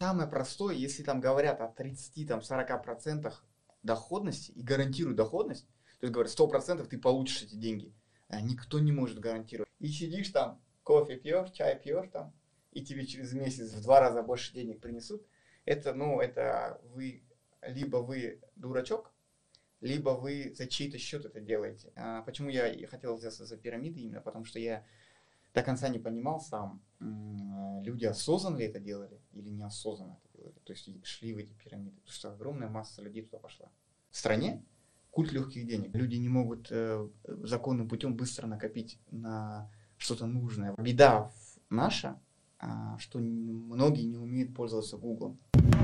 самое простое, если там говорят о 30-40% доходности и гарантируют доходность, то есть говорят, 100% ты получишь эти деньги, а никто не может гарантировать. И сидишь там, кофе пьешь, чай пьешь там, и тебе через месяц в 2 раза больше денег принесут, это, либо вы дурачок, либо вы за чей-то счет это делаете. Почему я и хотел взяться за пирамиды именно? Потому что я до конца не понимал сам, люди осознанно ли это делали или неосознанно это делали. То есть шли в эти пирамиды. Потому что огромная масса людей туда пошла. В стране культ легких денег. Люди не могут законным путем быстро накопить на что-то нужное. Беда наша, что многие не умеют пользоваться Google.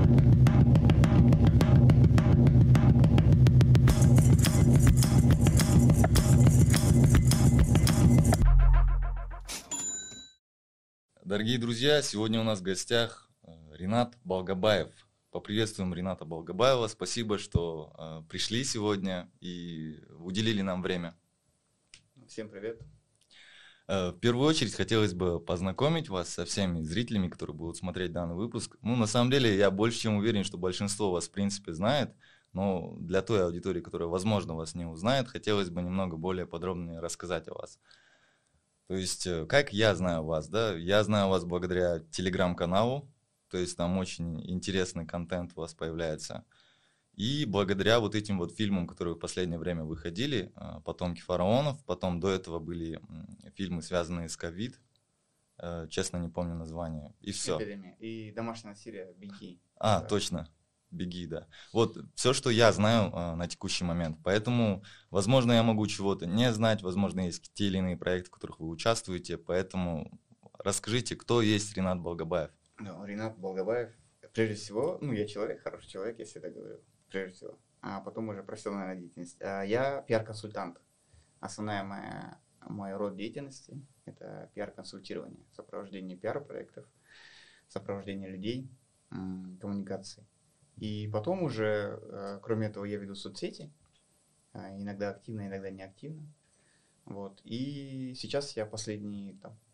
Дорогие друзья, сегодня у нас в гостях Ринат Балгабаев. Поприветствуем Рината Балгабаева. Спасибо, что пришли сегодня и уделили нам время. Всем привет. В первую очередь хотелось бы познакомить вас со всеми зрителями, которые будут смотреть данный выпуск. На самом деле, я больше чем уверен, что большинство вас в принципе знает, но для той аудитории, которая, возможно, вас не узнает, хотелось бы немного более подробнее рассказать о вас. То есть, как я знаю вас, да? Я знаю вас благодаря телеграм-каналу, то есть там очень интересный контент у вас появляется. И благодаря вот этим вот фильмам, которые в последнее время выходили, «Потомки фараонов», потом до этого были фильмы, связанные с ковид, честно не помню название, и все. Эпидемия. И домашнее насилие, «Беги». Точно. «Беги», да. Вот все, что я знаю на текущий момент. Поэтому, возможно, я могу чего-то не знать, возможно, есть те или иные проекты, в которых вы участвуете. Поэтому расскажите, кто есть Ринат Балгабаев? Ринат Балгабаев, прежде всего, я человек, хороший человек, я всегда говорю, прежде всего. А потом уже профессиональная деятельность. Я пиар-консультант. Основная мой род деятельности – это пиар-консультирование, сопровождение пиар-проектов, сопровождение людей, коммуникации. И потом уже, кроме этого, я веду соцсети, иногда активно, иногда неактивно. Вот. И сейчас я последний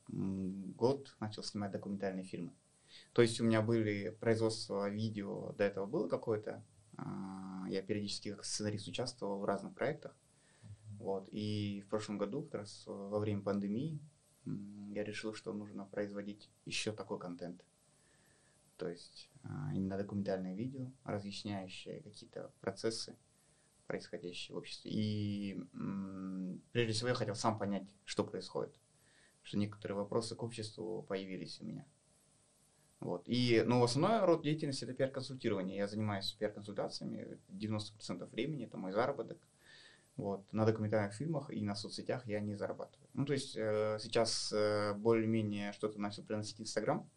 год начал снимать документальные фильмы. То есть у меня были производства видео, до этого было какое-то. Я периодически как сценарист участвовал в разных проектах. Вот. И в прошлом году, как раз во время пандемии, я решил, что нужно производить еще такой контент. То есть именно документальное видео, разъясняющее какие-то процессы, происходящие в обществе. И прежде всего я хотел сам понять, что происходит. Что некоторые вопросы к обществу появились у меня. Вот. Основной род деятельности – это пиар-консультирование. Я занимаюсь пиар-консультациями 90% времени, это мой заработок. Вот. На документальных фильмах и на соцсетях я не зарабатываю. То есть сейчас более-менее что-то начал приносить Инстаграм,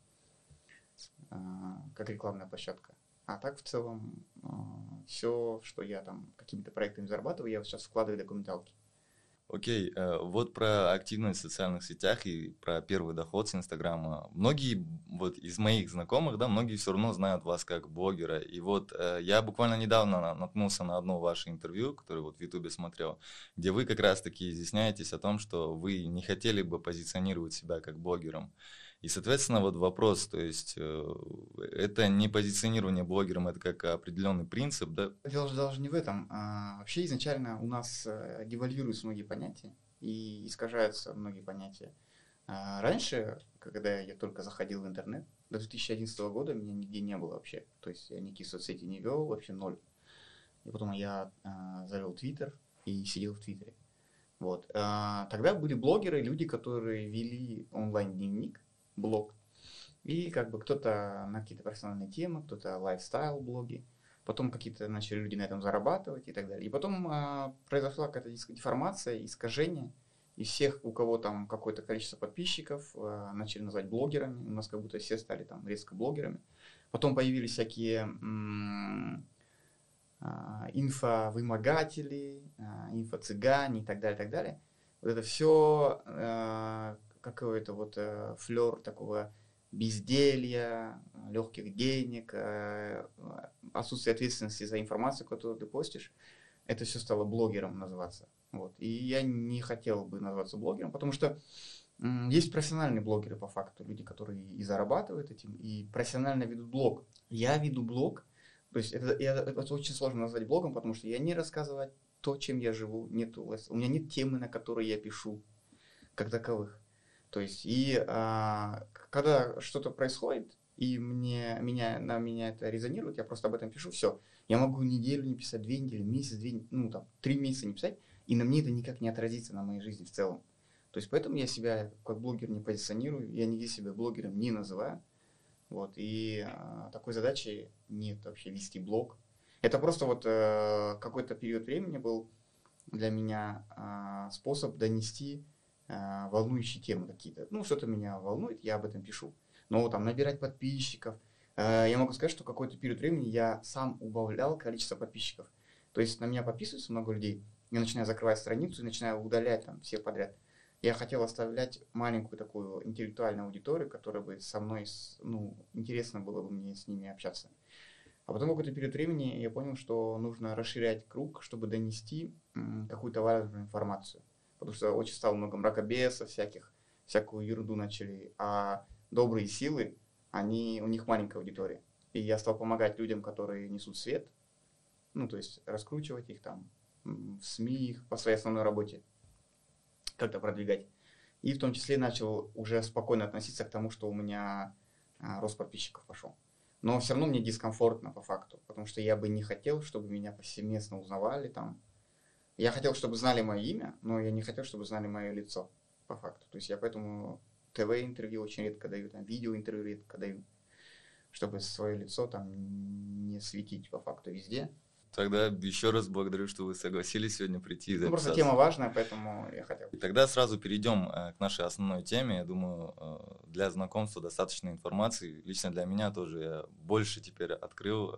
как рекламная площадка. А так в целом все, что я там какими-то проектами зарабатываю, я сейчас вкладываю в документалки. Окей, вот про активность в социальных сетях и про первый доход с Инстаграма. Многие вот из моих знакомых, да, многие все равно знают вас как блогера. И вот я буквально недавно наткнулся на одно ваше интервью, которое вот в Ютубе смотрел, где вы как раз-таки изъясняетесь о том, что вы не хотели бы позиционировать себя как блогером. И, соответственно, вот вопрос, то есть это не позиционирование блогером, это как определенный принцип, да? Дело же даже не в этом. Вообще изначально у нас девальвируются многие понятия и искажаются многие понятия. Раньше, когда я только заходил в интернет, до 2011 года меня нигде не было вообще. То есть я никакие соцсети не вел, вообще ноль. И потом я завел Твиттер и сидел в Твиттере. Вот. Тогда были блогеры, люди, которые вели онлайн-дневник, блог. И кто-то на какие-то профессиональные темы, кто-то лайфстайл блоги. Потом какие-то начали люди на этом зарабатывать и так далее. И потом произошла какая-то деформация, искажение. И всех, у кого там какое-то количество подписчиков, начали называть блогерами. У нас как будто все стали там резко блогерами. Потом появились всякие инфовымогатели, инфо-цыгане и так далее, и так далее. Вот это все какой-то вот флер такого безделья, легких денег, отсутствие ответственности за информацию, которую ты постишь. Это все стало блогером называться. Вот. И я не хотел бы называться блогером, потому что Есть профессиональные блогеры по факту, люди, которые и зарабатывают этим, и профессионально ведут блог. Я веду блог, то есть это очень сложно назвать блогом, потому что я не рассказываю то, чем я живу, у меня нет темы, на которой я пишу, как таковых. То есть, когда что-то происходит, и на меня это резонирует, я просто об этом пишу, все. Я могу неделю не писать, 2 недели, месяц, 3 месяца не писать, и на мне это никак не отразится на моей жизни в целом. То есть, поэтому я себя как блогер не позиционирую, я нигде себя блогером не называю. Вот, и такой задачи нет вообще вести блог. Это просто вот какой-то период времени был для меня способ донести волнующие темы какие-то. Ну, что-то меня волнует, я об этом пишу. Но там набирать подписчиков. Я могу сказать, что какой-то период времени я сам убавлял количество подписчиков. То есть на меня подписывается много людей, я начинаю закрывать страницу и начинаю удалять там всех подряд. Я хотел оставлять маленькую такую интеллектуальную аудиторию, которая бы со мной, интересно было бы мне с ними общаться. А потом в какой-то период времени я понял, что нужно расширять круг, чтобы донести какую-то важную информацию. Потому что очень стало много мракобесов всякую ерунду начали. А добрые силы, у них маленькая аудитория. И я стал помогать людям, которые несут свет, то есть раскручивать их там в СМИ, их по своей основной работе, как-то продвигать. И в том числе начал уже спокойно относиться к тому, что у меня рост подписчиков пошел. Но все равно мне дискомфортно по факту, потому что я бы не хотел, чтобы меня повсеместно узнавали там. Я хотел, чтобы знали мое имя, но я не хотел, чтобы знали мое лицо по факту. То есть я поэтому ТВ-интервью очень редко даю, там видео-интервью редко даю, чтобы свое лицо там не светить по факту везде. Тогда еще раз благодарю, что вы согласились сегодня прийти и записаться. Просто тема важная, поэтому я хотел. И тогда сразу перейдем к нашей основной теме. Я думаю, для знакомства достаточно информации. Лично для меня тоже я больше теперь открыл,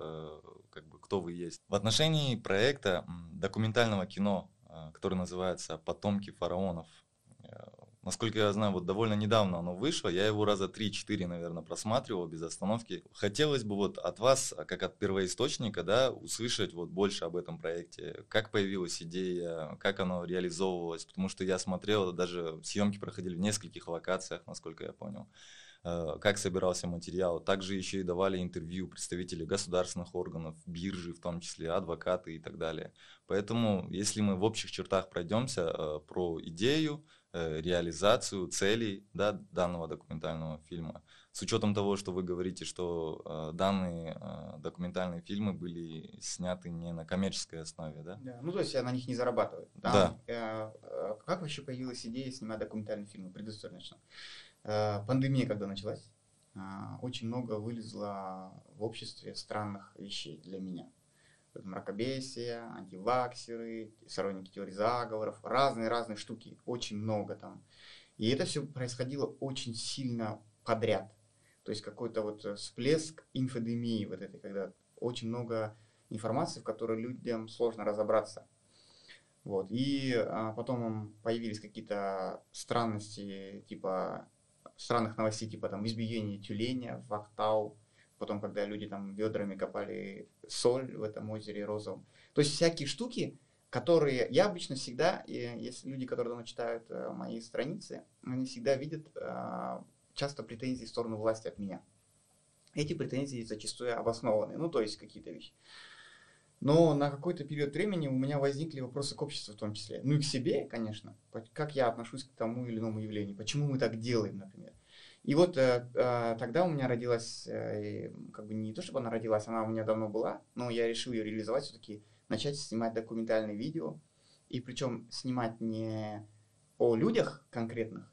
кто вы есть. В отношении проекта документального кино, который называется «Потомки фараонов». Насколько я знаю, вот довольно недавно оно вышло, я его раза 3-4, наверное, просматривал без остановки. Хотелось бы вот от вас, как от первоисточника, да, услышать вот больше об этом проекте. Как появилась идея, как оно реализовывалось, потому что я смотрел, даже съемки проходили в нескольких локациях, насколько я понял. Как собирался материал. Также еще и давали интервью представители государственных органов, биржи, в том числе адвокаты и так далее. Поэтому, если мы в общих чертах пройдемся про идею, реализацию целей, да, данного документального фильма, с учетом того, что вы говорите, что данные документальные фильмы были сняты не на коммерческой основе, да? Да, то есть я на них не зарабатываю. Да. Как вообще появилась идея снимать документальные фильмы? Предыстория начну. Пандемия, когда началась, очень много вылезло в обществе странных вещей для меня. Мракобесие, антиваксеры, сторонники теории заговоров, разные штуки, очень много там. И это все происходило очень сильно подряд. То есть какой-то вот всплеск инфодемии вот этой, когда очень много информации, в которой людям сложно разобраться. Вот. И потом появились какие-то странности, странных новостей, типа там избиение тюленя в Актау, потом, когда люди там ведрами копали соль в этом озере розовом. То есть всякие штуки, которые я обычно всегда, если люди, которые давно читают мои страницы, они всегда видят часто претензии в сторону власти от меня. Эти претензии зачастую обоснованы, то есть какие-то вещи. Но на какой-то период времени у меня возникли вопросы к обществу в том числе. И к себе, конечно. Как я отношусь к тому или иному явлению. Почему мы так делаем, например. И вот тогда у меня родилась, не то чтобы она родилась, она у меня давно была, но я решил ее реализовать все-таки, начать снимать документальные видео. И причем снимать не о людях конкретных,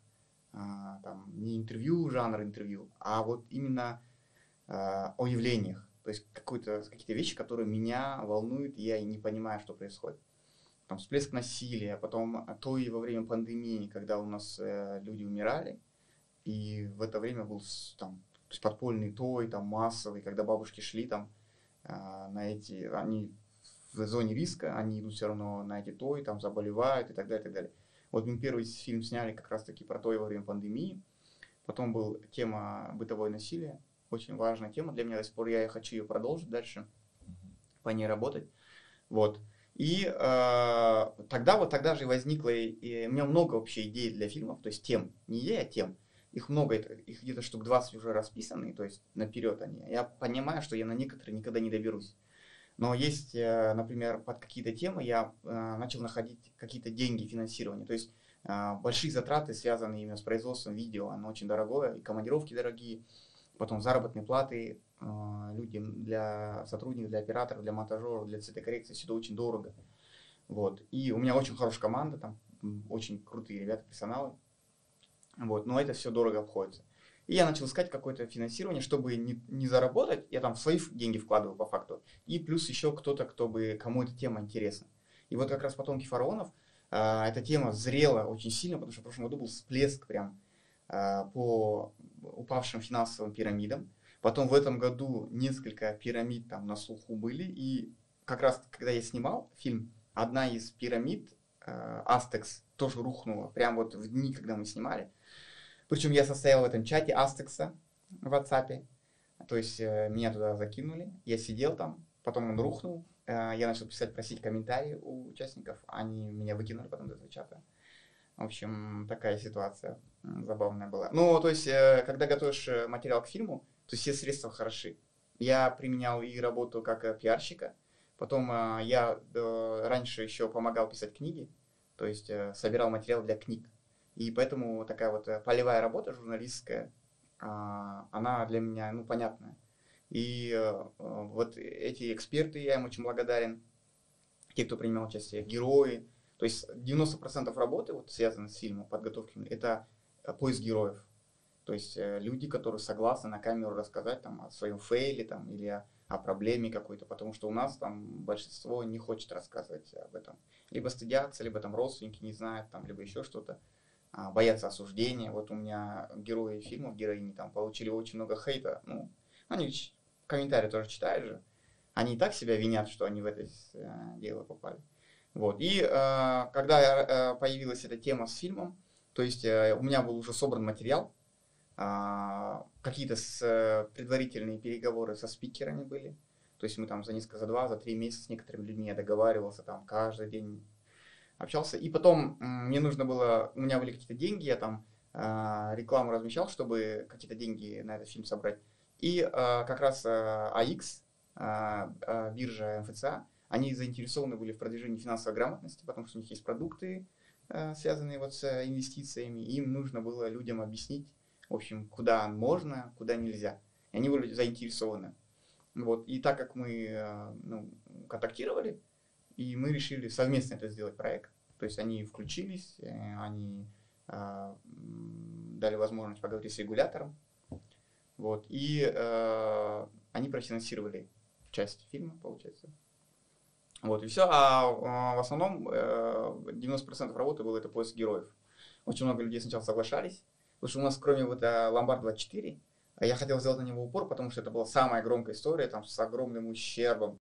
не интервью, жанр интервью, а вот именно о явлениях. То есть какие-то вещи, которые меня волнуют, и я не понимаю, что происходит. Там всплеск насилия, потом то и во время пандемии, когда у нас люди умирали, и в это время был то есть подпольный той, массовый, когда бабушки шли они в зоне риска, они идут все равно на эти той, заболевают и так далее, и так далее. Вот мы первый фильм сняли как раз-таки про той во время пандемии, потом была тема бытовое насилие, очень важная тема для меня до сих пор, я хочу ее продолжить дальше, по ней работать. Вот. И тогда же и возникло, и у меня много вообще идей для фильмов, то есть тем, не идей, а тем. Их много, их где-то штук 20 уже расписаны, то есть наперед они. Я понимаю, что я на некоторые никогда не доберусь. Но есть, например, под какие-то темы я начал находить какие-то деньги финансирования. То есть большие затраты, связанные именно с производством видео, оно очень дорогое, и командировки дорогие, потом заработные платы людям, для сотрудников, для операторов, для монтажеров, для цветокоррекции, все это очень дорого. Вот. И у меня очень хорошая команда, там очень крутые ребята, персоналы. Вот. Но это все дорого обходится. И я начал искать какое-то финансирование, чтобы не заработать, я там свои деньги вкладывал по факту, и плюс еще кто-то, кому эта тема интересна. И вот как раз «Потомки фараонов», эта тема зрела очень сильно, потому что в прошлом году был всплеск прям по упавшим финансовым пирамидам. Потом в этом году несколько пирамид там на слуху были, и как раз когда я снимал фильм, одна из пирамид, Астекс, тоже рухнула, прям вот в дни, когда мы снимали. Причем я состоял в этом чате Астекса в WhatsApp, то есть меня туда закинули, я сидел там, потом он рухнул, я начал просить комментарии у участников, они меня выкинули потом из этого чата. В общем, такая ситуация забавная была. Ну, то есть, когда готовишь материал к фильму, то все средства хороши. Я применял и работу как пиарщика, потом я раньше еще помогал писать книги, то есть собирал материал для книг. И поэтому такая вот полевая работа журналистская, она для меня, ну, понятная. И вот эти эксперты, я им очень благодарен, те, кто принимал участие, герои. То есть 90% работы, вот, связанной с фильмом, подготовки, это поиск героев. То есть люди, которые согласны на камеру рассказать там, о своем фейле там, или о проблеме какой-то, потому что у нас там большинство не хочет рассказывать об этом. Либо стыдятся, либо там родственники не знают, там, либо еще что-то. Боятся осуждения. Вот у меня герои фильмов, героини там получили очень много хейта. Ну, они комментарии тоже читают же. Они и так себя винят, что они в это дело попали. Вот. И когда появилась эта тема с фильмом, то есть у меня был уже собран материал, какие-то предварительные переговоры со спикерами были. То есть мы там за 2, за 3 месяца с некоторыми людьми я договаривался, там каждый день общался. И потом мне нужно было, у меня были какие-то деньги, я там рекламу размещал, чтобы какие-то деньги на этот фильм собрать. И как раз АИКС, биржа МФЦА, они заинтересованы были в продвижении финансовой грамотности, потому что у них есть продукты, связанные вот с инвестициями. Им нужно было людям объяснить, в общем, куда можно, куда нельзя. И они были заинтересованы. Вот. И так как мы контактировали, и мы решили совместно это сделать проект. То есть они включились, они дали возможность поговорить с регулятором. Вот. И они профинансировали часть фильма, получается. Вот, и все. А в основном 90% работы было это поиск героев. Очень много людей сначала соглашались, потому что у нас, кроме вот Ломбард-24, я хотел сделать на него упор, потому что это была самая громкая история, там, с огромным ущербом.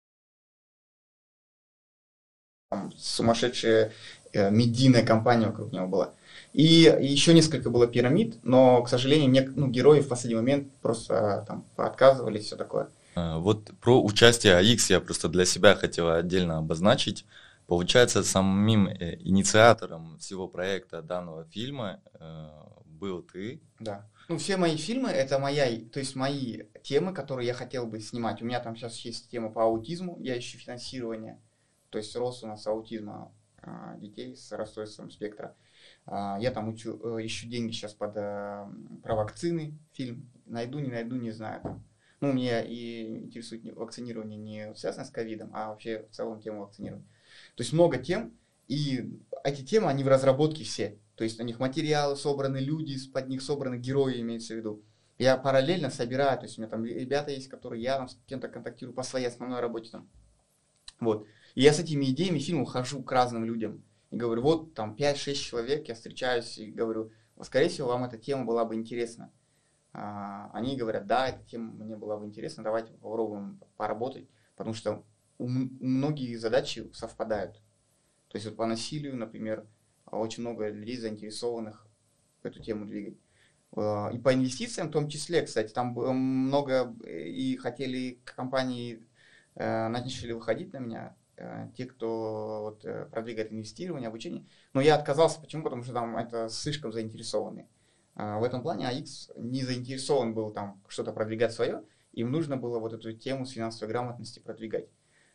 Там, сумасшедшая медийная компания вокруг него была. И еще несколько было пирамид, но, к сожалению, герои в последний момент просто там отказывались, все такое. Вот про участие АИКС я просто для себя хотел отдельно обозначить. Получается, самим инициатором всего проекта данного фильма был ты. Да. Ну, все мои фильмы, это то есть мои темы, которые я хотел бы снимать. У меня там сейчас есть тема по аутизму, я ищу финансирование. То есть рост у нас аутизма детей с расстройством спектра. Я там ищу деньги сейчас про вакцины, фильм. Найду, не знаю. Ну, меня и интересует вакцинирование не связано с ковидом, а вообще в целом тему вакцинирования. То есть много тем, и эти темы, они в разработке все. То есть у них материалы собраны, люди, под них собраны герои, имеется в виду. Я параллельно собираю, то есть у меня там ребята есть, которые я там с кем-то контактирую по своей основной работе там. Вот. И я с этими идеями фильма хожу к разным людям. И говорю, вот там 5-6 человек, я встречаюсь и говорю, скорее всего, вам эта тема была бы интересна. Они говорят, да, эта тема мне была бы интересна, давайте попробуем поработать, потому что многие задачи совпадают. То есть вот по насилию, например, очень много людей заинтересованных эту тему двигать. И по инвестициям в том числе, кстати, там много и хотели компании начали выходить на меня, те, кто вот, продвигает инвестирование, обучение. Но я отказался, почему? Потому что там это слишком заинтересованные. В этом плане AX не заинтересован был там что-то продвигать свое, им нужно было вот эту тему с финансовой грамотности продвигать.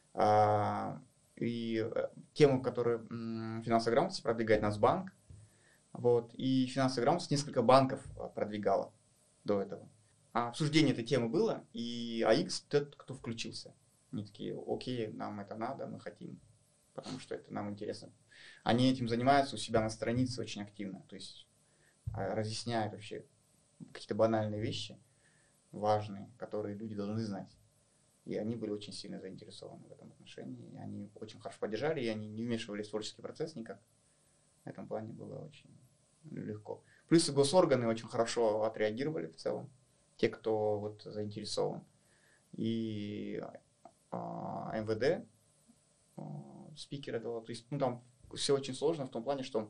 И тему, которую финансовой грамотности продвигает Нацбанк, вот, и финансовая грамотность несколько банков продвигала до этого. А обсуждение этой темы было, и AX тот, кто включился. Они такие, окей, нам это надо, мы хотим, потому что это нам интересно. Они этим занимаются у себя на странице очень активно, то есть разъясняют вообще какие-то банальные вещи, важные, которые люди должны знать. И они были очень сильно заинтересованы в этом отношении. И они очень хорошо поддержали, и они не вмешивались в творческий процесс никак. В этом плане было очень легко. Плюс и госорганы очень хорошо отреагировали в целом. Те, кто вот заинтересован. И МВД спикеры давал. То есть, ну, там все очень сложно в том плане, что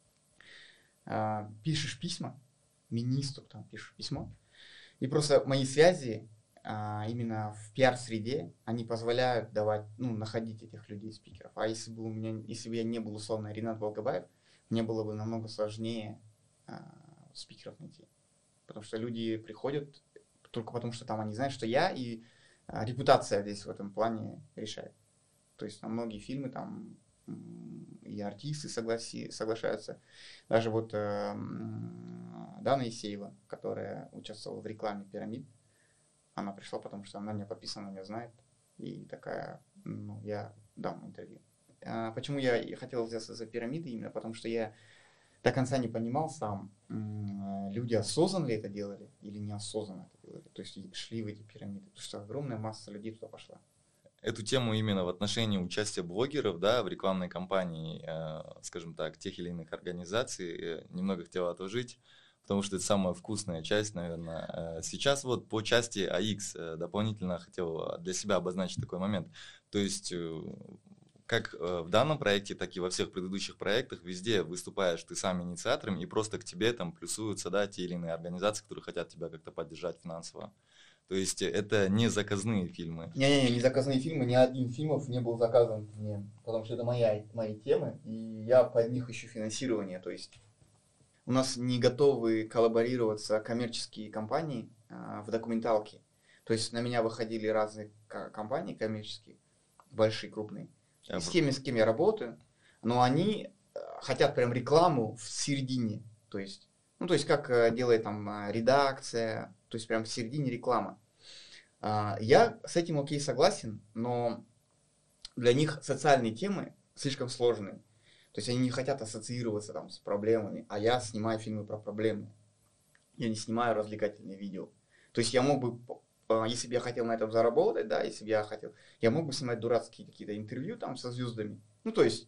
пишешь письма, министру там пишешь письмо, и просто мои связи именно в пиар-среде, они позволяют давать, ну, находить этих людей, спикеров. А если бы если бы я не был условно Ринат Балгабаев, мне было бы намного сложнее спикеров найти. Потому что люди приходят только потому, что там они знают, что я, и репутация здесь в этом плане решает. То есть на многие фильмы там и артисты соглашаются. Даже вот Дана Исеева, которая участвовала в рекламе «Пирамид», она пришла, потому что она меня подписана, меня знает. И такая, ну, я дам интервью. Почему я хотел взяться за «Пирамиды? Именно потому что я до конца не понимал сам, люди осознанно ли это делали или неосознанно это делали. То есть шли в эти пирамиды. Потому что огромная масса людей туда пошла. Эту тему именно в отношении участия блогеров, да, в рекламной кампании, скажем так, тех или иных организаций, немного хотел отложить, потому что это самая вкусная часть, наверное. Сейчас вот по части AX дополнительно хотел для себя обозначить такой момент. То есть как в данном проекте, так и во всех предыдущих проектах, везде выступаешь ты сам инициатором, и просто к тебе там плюсуются, да, те или иные организации, которые хотят тебя как-то поддержать финансово. То есть это не заказные фильмы. Не заказные фильмы, ни один фильмов не был заказан мне, потому что это мои темы, и я под них ищу финансирование. То есть у нас не готовы коллаборироваться коммерческие компании в документалке. То есть на меня выходили разные компании коммерческие, большие, крупные, с теми, с кем я работаю, но они хотят прям рекламу в середине. То есть, ну, то есть как делает там редакция, то есть прям в середине реклама. Я с этим окей согласен, но для них социальные темы слишком сложные. То есть они не хотят ассоциироваться там с проблемами, а я снимаю фильмы про проблемы. Я не снимаю развлекательные видео. То есть я мог бы, если бы я хотел на этом заработать, да, если бы я хотел, я мог бы снимать дурацкие какие-то интервью там со звездами. Ну, то есть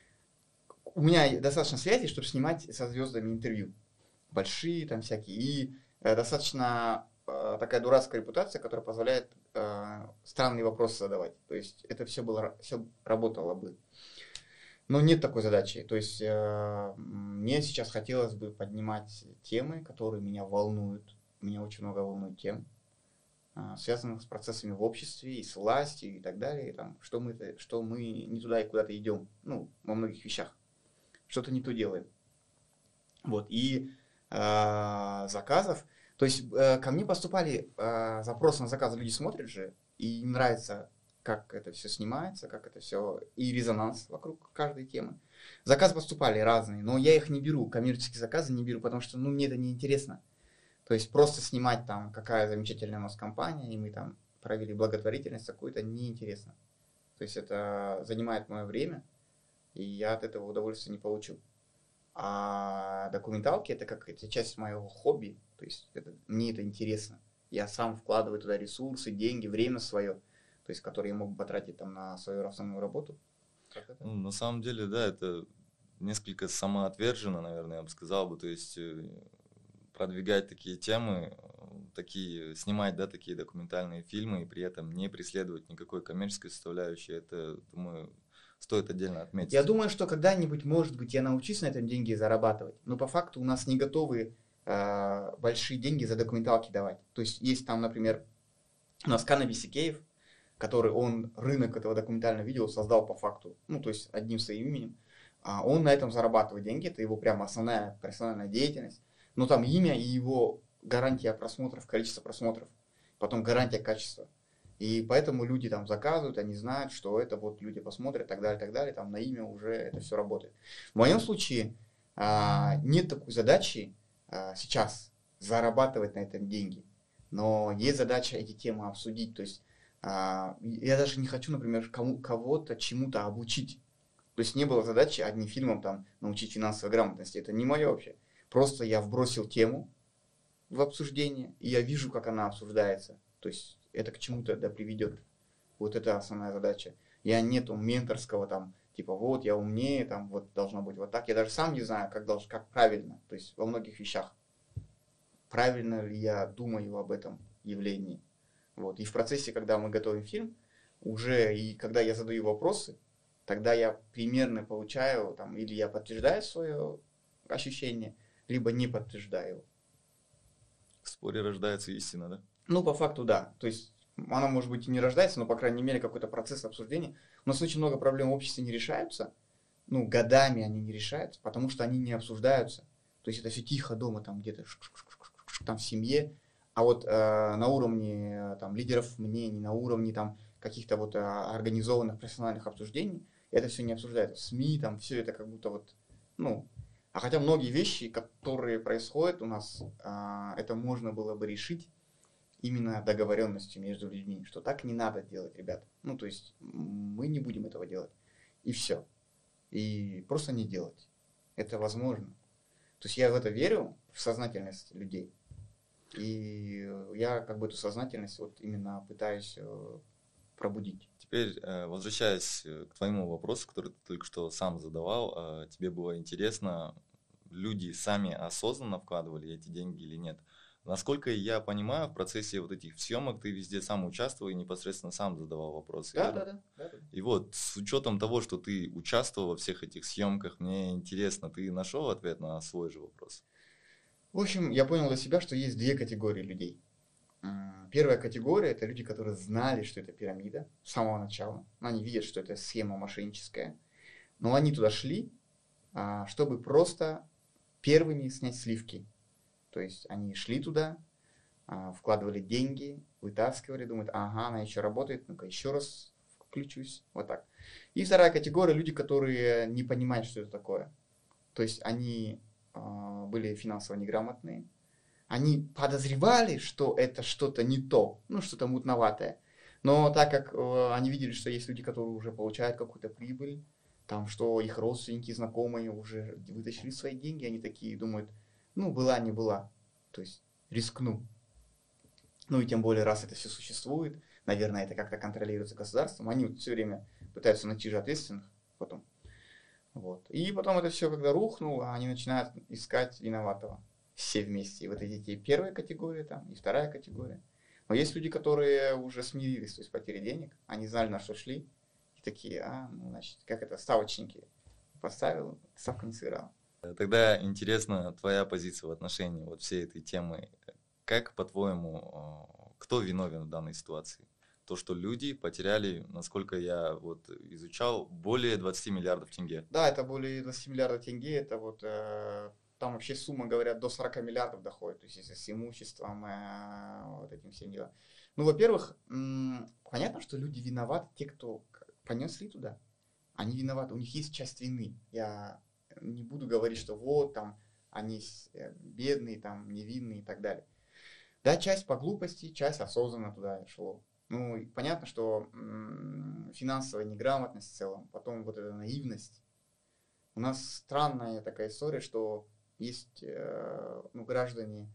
у меня достаточно связей, чтобы снимать со звездами интервью. Большие там всякие. И достаточно такая дурацкая репутация, которая позволяет странные вопросы задавать. То есть это все работало бы. Но нет такой задачи. То есть мне сейчас хотелось бы поднимать темы, которые меня волнуют. Меня очень много волнует тем, связанных с процессами в обществе и с властью и так далее. И там, что мы не туда и куда-то идем. Ну, во многих вещах. Что-то не то делаем. Вот. И заказов. То есть ко мне поступали запросы на заказ, люди смотрят же, и им нравится, как это все снимается, как это все, и резонанс вокруг каждой темы. Заказы поступали разные, но я их не беру, коммерческие заказы не беру, потому что, ну, мне это неинтересно. То есть просто снимать там, какая замечательная у нас компания, и мы там провели благотворительность какую-то, неинтересно. То есть это занимает мое время, и я от этого удовольствия не получу. А документалки это часть моего хобби, то есть мне это интересно. Я сам вкладываю туда ресурсы, деньги, время свое, то есть которые я мог потратить там на свою основную работу. Ну, на самом деле, да, это несколько самоотверженно, наверное, я бы сказал бы, то есть продвигать такие темы, снимать, да, такие документальные фильмы и при этом не преследовать никакой коммерческой составляющей, это, думаю, стоит отдельно отметить. Я думаю, что когда-нибудь, может быть, я научусь на этом деньги зарабатывать, но по факту у нас не готовы большие деньги за документалки давать. То есть есть там, например, у нас Канна Бисикеев, который он рынок этого документального видео создал по факту, ну, то есть одним своим именем. Он на этом зарабатывает деньги, это его прям основная профессиональная деятельность. Но там имя и его гарантия просмотров, количество просмотров, потом гарантия качества. И поэтому люди там заказывают, они знают, что это вот люди посмотрят, так далее, там на имя уже это все работает. В моем случае нет такой задачи сейчас зарабатывать на этом деньги. Но есть задача эти темы обсудить. То есть я даже не хочу, например, кого-то чему-то обучить. То есть не было задачи одним фильмом там научить финансовой грамотности. Это не мое вообще. Просто я вбросил тему в обсуждение, и я вижу, как она обсуждается. То есть это к чему-то да приведет. Вот это основная задача. Я нету менторского там, типа вот я умнее, там вот должно быть вот так. Я даже сам не знаю, как правильно. То есть во многих вещах. Правильно ли я думаю об этом явлении. Вот. И в процессе, когда мы готовим фильм, уже и когда я задаю вопросы, тогда я примерно получаю, там, или я подтверждаю свое ощущение, либо не подтверждаю его. В споре рождается истина, да? Ну, по факту, да. То есть она, может быть, и не рождается, но, по крайней мере, какой-то процесс обсуждения. У нас очень много проблем в обществе не решаются. Ну, годами они не решаются, потому что они не обсуждаются. То есть это все тихо дома, там где-то там в семье. А вот на уровне там, лидеров мнений, на уровне там, каких-то вот организованных профессиональных обсуждений, это все не обсуждается. В СМИ там все это как будто вот, ну, а хотя многие вещи, которые происходят у нас, это можно было бы решить именно договоренностью между людьми, что так не надо делать, ребята. Ну, то есть мы не будем этого делать. И все. И просто не делать. Это возможно. То есть я в это верю, в сознательность людей. И я как бы эту сознательность вот именно пытаюсь пробудить. Теперь, возвращаясь к твоему вопросу, который ты только что сам задавал, тебе было интересно, люди сами осознанно вкладывали эти деньги или нет? Насколько я понимаю, в процессе вот этих съемок ты везде сам участвовал и непосредственно сам задавал вопросы. Да. И вот с учетом того, что ты участвовал во всех этих съемках, мне интересно, ты нашел ответ на свой же вопрос? В общем, я понял для себя, что есть две категории людей. Первая категория – это люди, которые знали, что это пирамида с самого начала. Они видят, что это схема мошенническая. Но они туда шли, чтобы просто первыми снять сливки. То есть они шли туда, вкладывали деньги, вытаскивали, думают, ага, она еще работает, ну-ка еще раз включусь. Вот так. И вторая категория – люди, которые не понимают, что это такое. То есть они были финансово неграмотные. Они подозревали, что это что-то не то, ну, что-то мутноватое. Но так как они видели, что есть люди, которые уже получают какую-то прибыль, там, что их родственники, знакомые уже вытащили свои деньги, они такие думают, ну, была, не была. То есть рискну. Ну, и тем более, раз это все существует, наверное, это как-то контролируется государством, они все время пытаются найти же ответственных потом. Вот. И потом это все, когда рухнуло, они начинают искать виноватого. Все вместе. И вот эти первая категория там, и вторая категория. Но есть люди, которые уже смирились, то есть потери денег, они знали, на что шли, и такие, ну, значит, как это, ставочники поставил, ставка не сыграла. Тогда интересна твоя позиция в отношении вот всей этой темы. Как, по-твоему, кто виновен в данной ситуации? То, что люди потеряли, насколько я вот изучал, более 20 миллиардов тенге. Да, это более 20 миллиардов тенге, это вот... Там вообще сумма, говорят, до 40 миллиардов доходит, то есть если с имуществом, вот этим всем делом. Ну, во-первых, понятно, что люди виноваты, те, кто понесли туда, они виноваты, у них есть часть вины. Я не буду говорить, что вот там они бедные, там невинные и так далее. Да, часть по глупости, часть осознанно туда шло. Ну, и понятно, что финансовая неграмотность в целом, потом вот эта наивность. У нас странная такая история, что есть граждане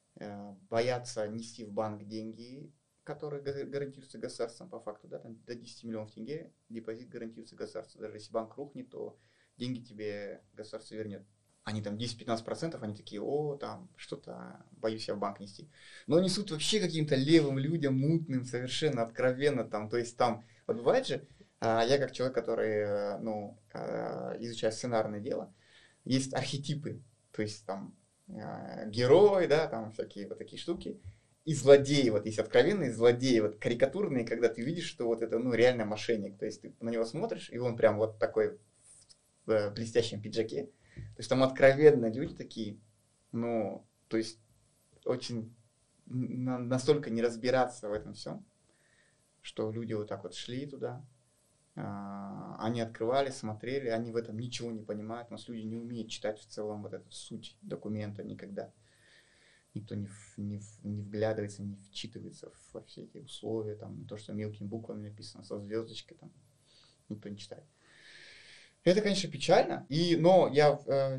боятся нести в банк деньги, которые гарантируются государством по факту, да, там до 10 миллионов тенге депозит гарантируется государством. Даже если банк рухнет, то деньги тебе государство вернет. Они там 10-15%, они такие, там что-то, боюсь я в банк нести. Но несут вообще каким-то левым людям, мутным, совершенно откровенно там, то есть там, вот бывает же, я как человек, который, изучает сценарное дело, есть архетипы, то есть там герой, да, там всякие вот такие штуки. и злодеи, вот есть откровенные злодеи, вот карикатурные, когда ты видишь, что вот это, ну, реально мошенник. То есть ты на него смотришь, и он прям вот такой в блестящем пиджаке. То есть там откровенно люди такие, ну, то есть очень настолько не разбираться в этом всем, что люди вот так вот шли туда, они открывали, смотрели, они в этом ничего не понимают. У нас люди не умеют читать в целом вот эту суть документа никогда. Никто не вглядывается, не вчитывается во все эти условия, там, то, что мелкими буквами написано, со звездочкой, там, никто не читает. Это, конечно, печально, но я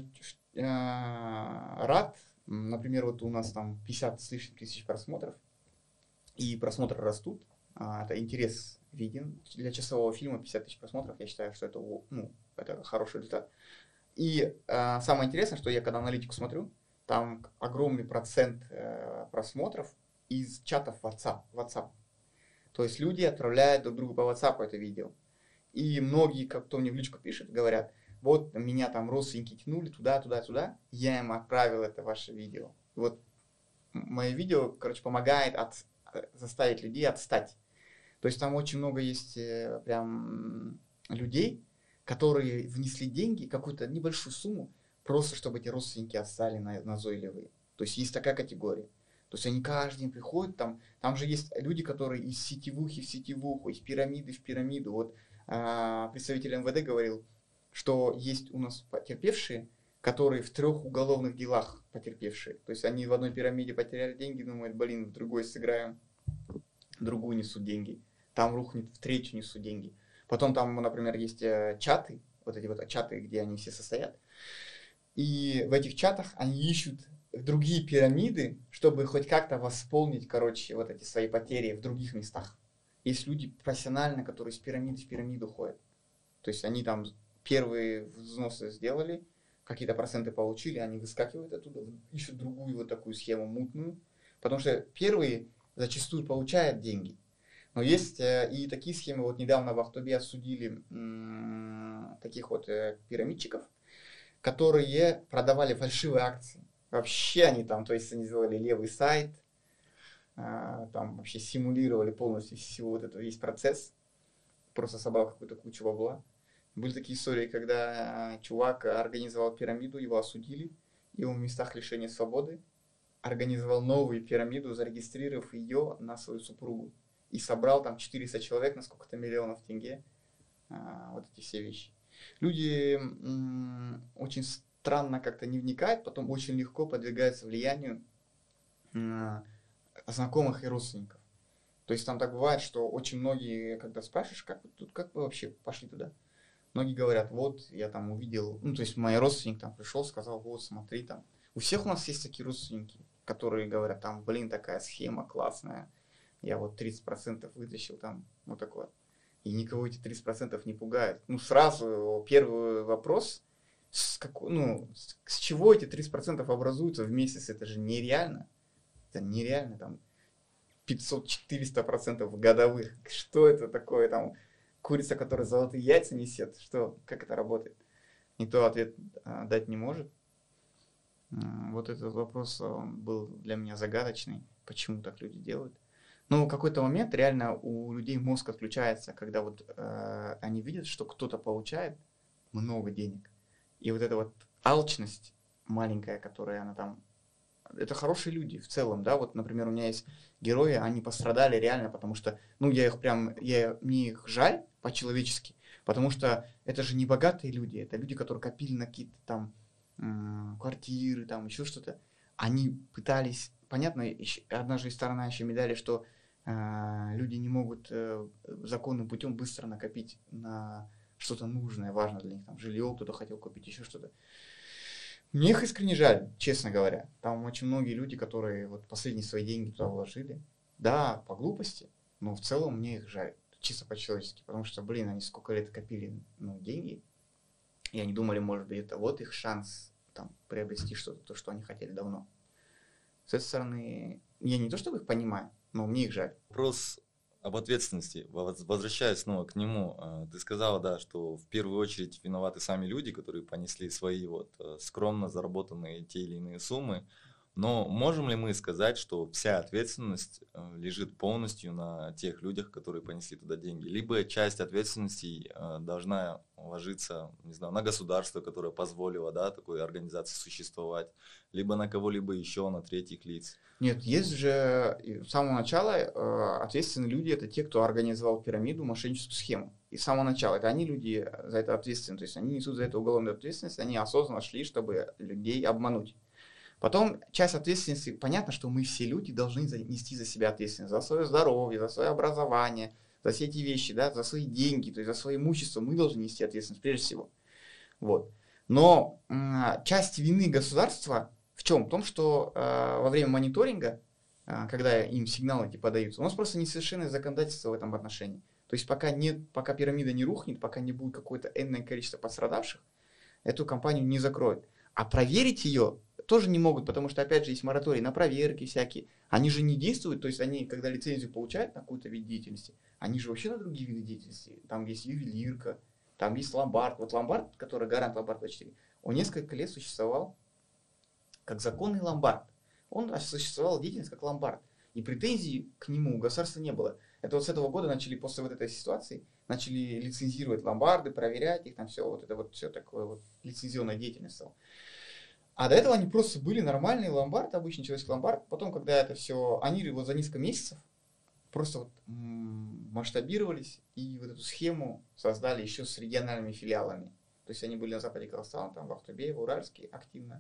рад, например, вот у нас там 50 с лишним тысяч просмотров, и просмотры растут, это интерес виден. Для часового фильма 50 тысяч просмотров, я считаю, что это, ну, это хороший результат. И самое интересное, что я когда аналитику смотрю, там огромный процент просмотров из чатов WhatsApp. То есть люди отправляют друг другу по WhatsApp это видео. И многие, кто мне в личку пишет, говорят, вот меня там родственники тянули туда, я им отправил это ваше видео. И вот мое видео, короче, помогает заставить людей отстать. То есть там очень много есть прям людей, которые внесли деньги, какую-то небольшую сумму, просто чтобы эти родственники отстали назойливые. То есть есть такая категория. То есть они каждый день приходят, там же есть люди, которые из сетевухи в сетевуху, из пирамиды в пирамиду. Вот представитель МВД говорил, что есть у нас потерпевшие, которые в 3 уголовных делах потерпевшие. То есть они в одной пирамиде потеряли деньги, думают, блин, в другой сыграем, в другую несут деньги. Там рухнет, в 3-ю несут деньги. Потом там, например, есть чаты, вот эти вот чаты, где они все состоят. И в этих чатах они ищут другие пирамиды, чтобы хоть как-то восполнить, короче, вот эти свои потери в других местах. Есть люди профессионально, которые с пирамиды в пирамиду ходят. То есть они там первые взносы сделали, какие-то проценты получили, они выскакивают оттуда, ищут другую вот такую схему мутную. Потому что первые зачастую получают деньги. Но есть и такие схемы. Вот недавно в Ахтубе осудили таких вот пирамидчиков, которые продавали фальшивые акции. Вообще они там, то есть они сделали левый сайт, там вообще симулировали полностью всего вот этого весь процесс, просто собрал какую-то кучу бабла. Были такие истории, когда чувак организовал пирамиду, его осудили, его в местах лишения свободы, организовал новую пирамиду, зарегистрировав ее на свою супругу. И собрал там 400 человек на сколько-то миллионов тенге. Вот эти все вещи. Люди очень странно как-то не вникают, потом очень легко подвигаются влиянию знакомых и родственников. То есть там так бывает, что очень многие, когда спрашиваешь, как вы вообще пошли туда? Многие говорят, вот я там увидел, ну то есть мой родственник там пришел, сказал, вот смотри там. У всех у нас есть такие родственники, которые говорят, там, блин, такая схема классная, я вот 30% вытащил там, вот такое. И никого эти 30% не пугают. Ну, сразу первый вопрос, с чего эти 30% образуются в месяц? Это же нереально. Это нереально, там, 500-400% годовых. Что это такое, там, курица, которая золотые яйца несет? Что, как это работает? Никто ответ дать не может. Вот этот вопрос был для меня загадочный. Почему так люди делают? Но в какой-то момент реально у людей мозг отключается, когда вот они видят, что кто-то получает много денег. И вот эта вот алчность маленькая, которая она там... Это хорошие люди в целом, да, вот, например, у меня есть герои, они пострадали реально, потому что, ну, мне их жаль по-человечески, потому что это же не богатые люди, это люди, которые копили на какие-то там квартиры, там еще что-то. Они пытались, понятно, одна же сторона еще медали, что люди не могут законным путем быстро накопить на что-то нужное, важное для них, там жилье кто-то хотел купить, еще что-то. Мне их искренне жаль, честно говоря. Там очень многие люди, которые вот последние свои деньги туда вложили. Да, по глупости, но в целом мне их жаль, чисто по-человечески, потому что, блин, они сколько лет копили деньги, и они думали, может быть, это вот их шанс там приобрести что-то, то, что они хотели давно. С этой стороны, я не то чтобы их понимаю, но мне их жаль. Вопрос об ответственности. Возвращаясь снова к нему, ты сказала, да, что в первую очередь виноваты сами люди, которые понесли свои вот скромно заработанные те или иные суммы. Но можем ли мы сказать, что вся ответственность лежит полностью на тех людях, которые понесли туда деньги? Либо часть ответственности должна ложиться, не знаю, на государство, которое позволило, да, такой организации существовать, либо на кого-либо еще, на третьих лиц? Нет, есть же с самого начала ответственные люди, это те, кто организовал пирамиду, мошенническую схему. И с самого начала это они люди за это ответственны, то есть они несут за это уголовную ответственность, они осознанно шли, чтобы людей обмануть. Потом часть ответственности, понятно, что мы все люди должны нести за себя ответственность, за свое здоровье, за свое образование, за все эти вещи, да, за свои деньги, то есть за свое имущество мы должны нести ответственность прежде всего. Вот. Но часть вины государства в чем? В том, что во время мониторинга, когда им сигналы эти подаются, у нас просто несовершенное законодательство в этом отношении. То есть пока пирамида не рухнет, пока не будет какое-то энное количество пострадавших, эту компанию не закроют. А проверить ее тоже не могут, потому что, опять же, есть мораторий на проверки всякие. Они же не действуют, то есть они, когда лицензию получают на какой-то вид деятельности, они же вообще на другие виды деятельности. Там есть ювелирка, там есть ломбард. Вот ломбард, который гарант ломбард-24, он несколько лет существовал как законный ломбард. Он осуществлял деятельность как ломбард. И претензий к нему у государства не было. Это вот с этого года начали, после вот этой ситуации, начали лицензировать ломбарды, проверять их, там все, вот это вот все такое вот лицензионная деятельность стала. А до этого они просто были нормальные ломбарды, обычный человеческий ломбард. Потом, когда это все, они вот за несколько месяцев просто вот масштабировались и вот эту схему создали еще с региональными филиалами. То есть они были на западе Казахстана, там в Ахтубе, в Уральске активно.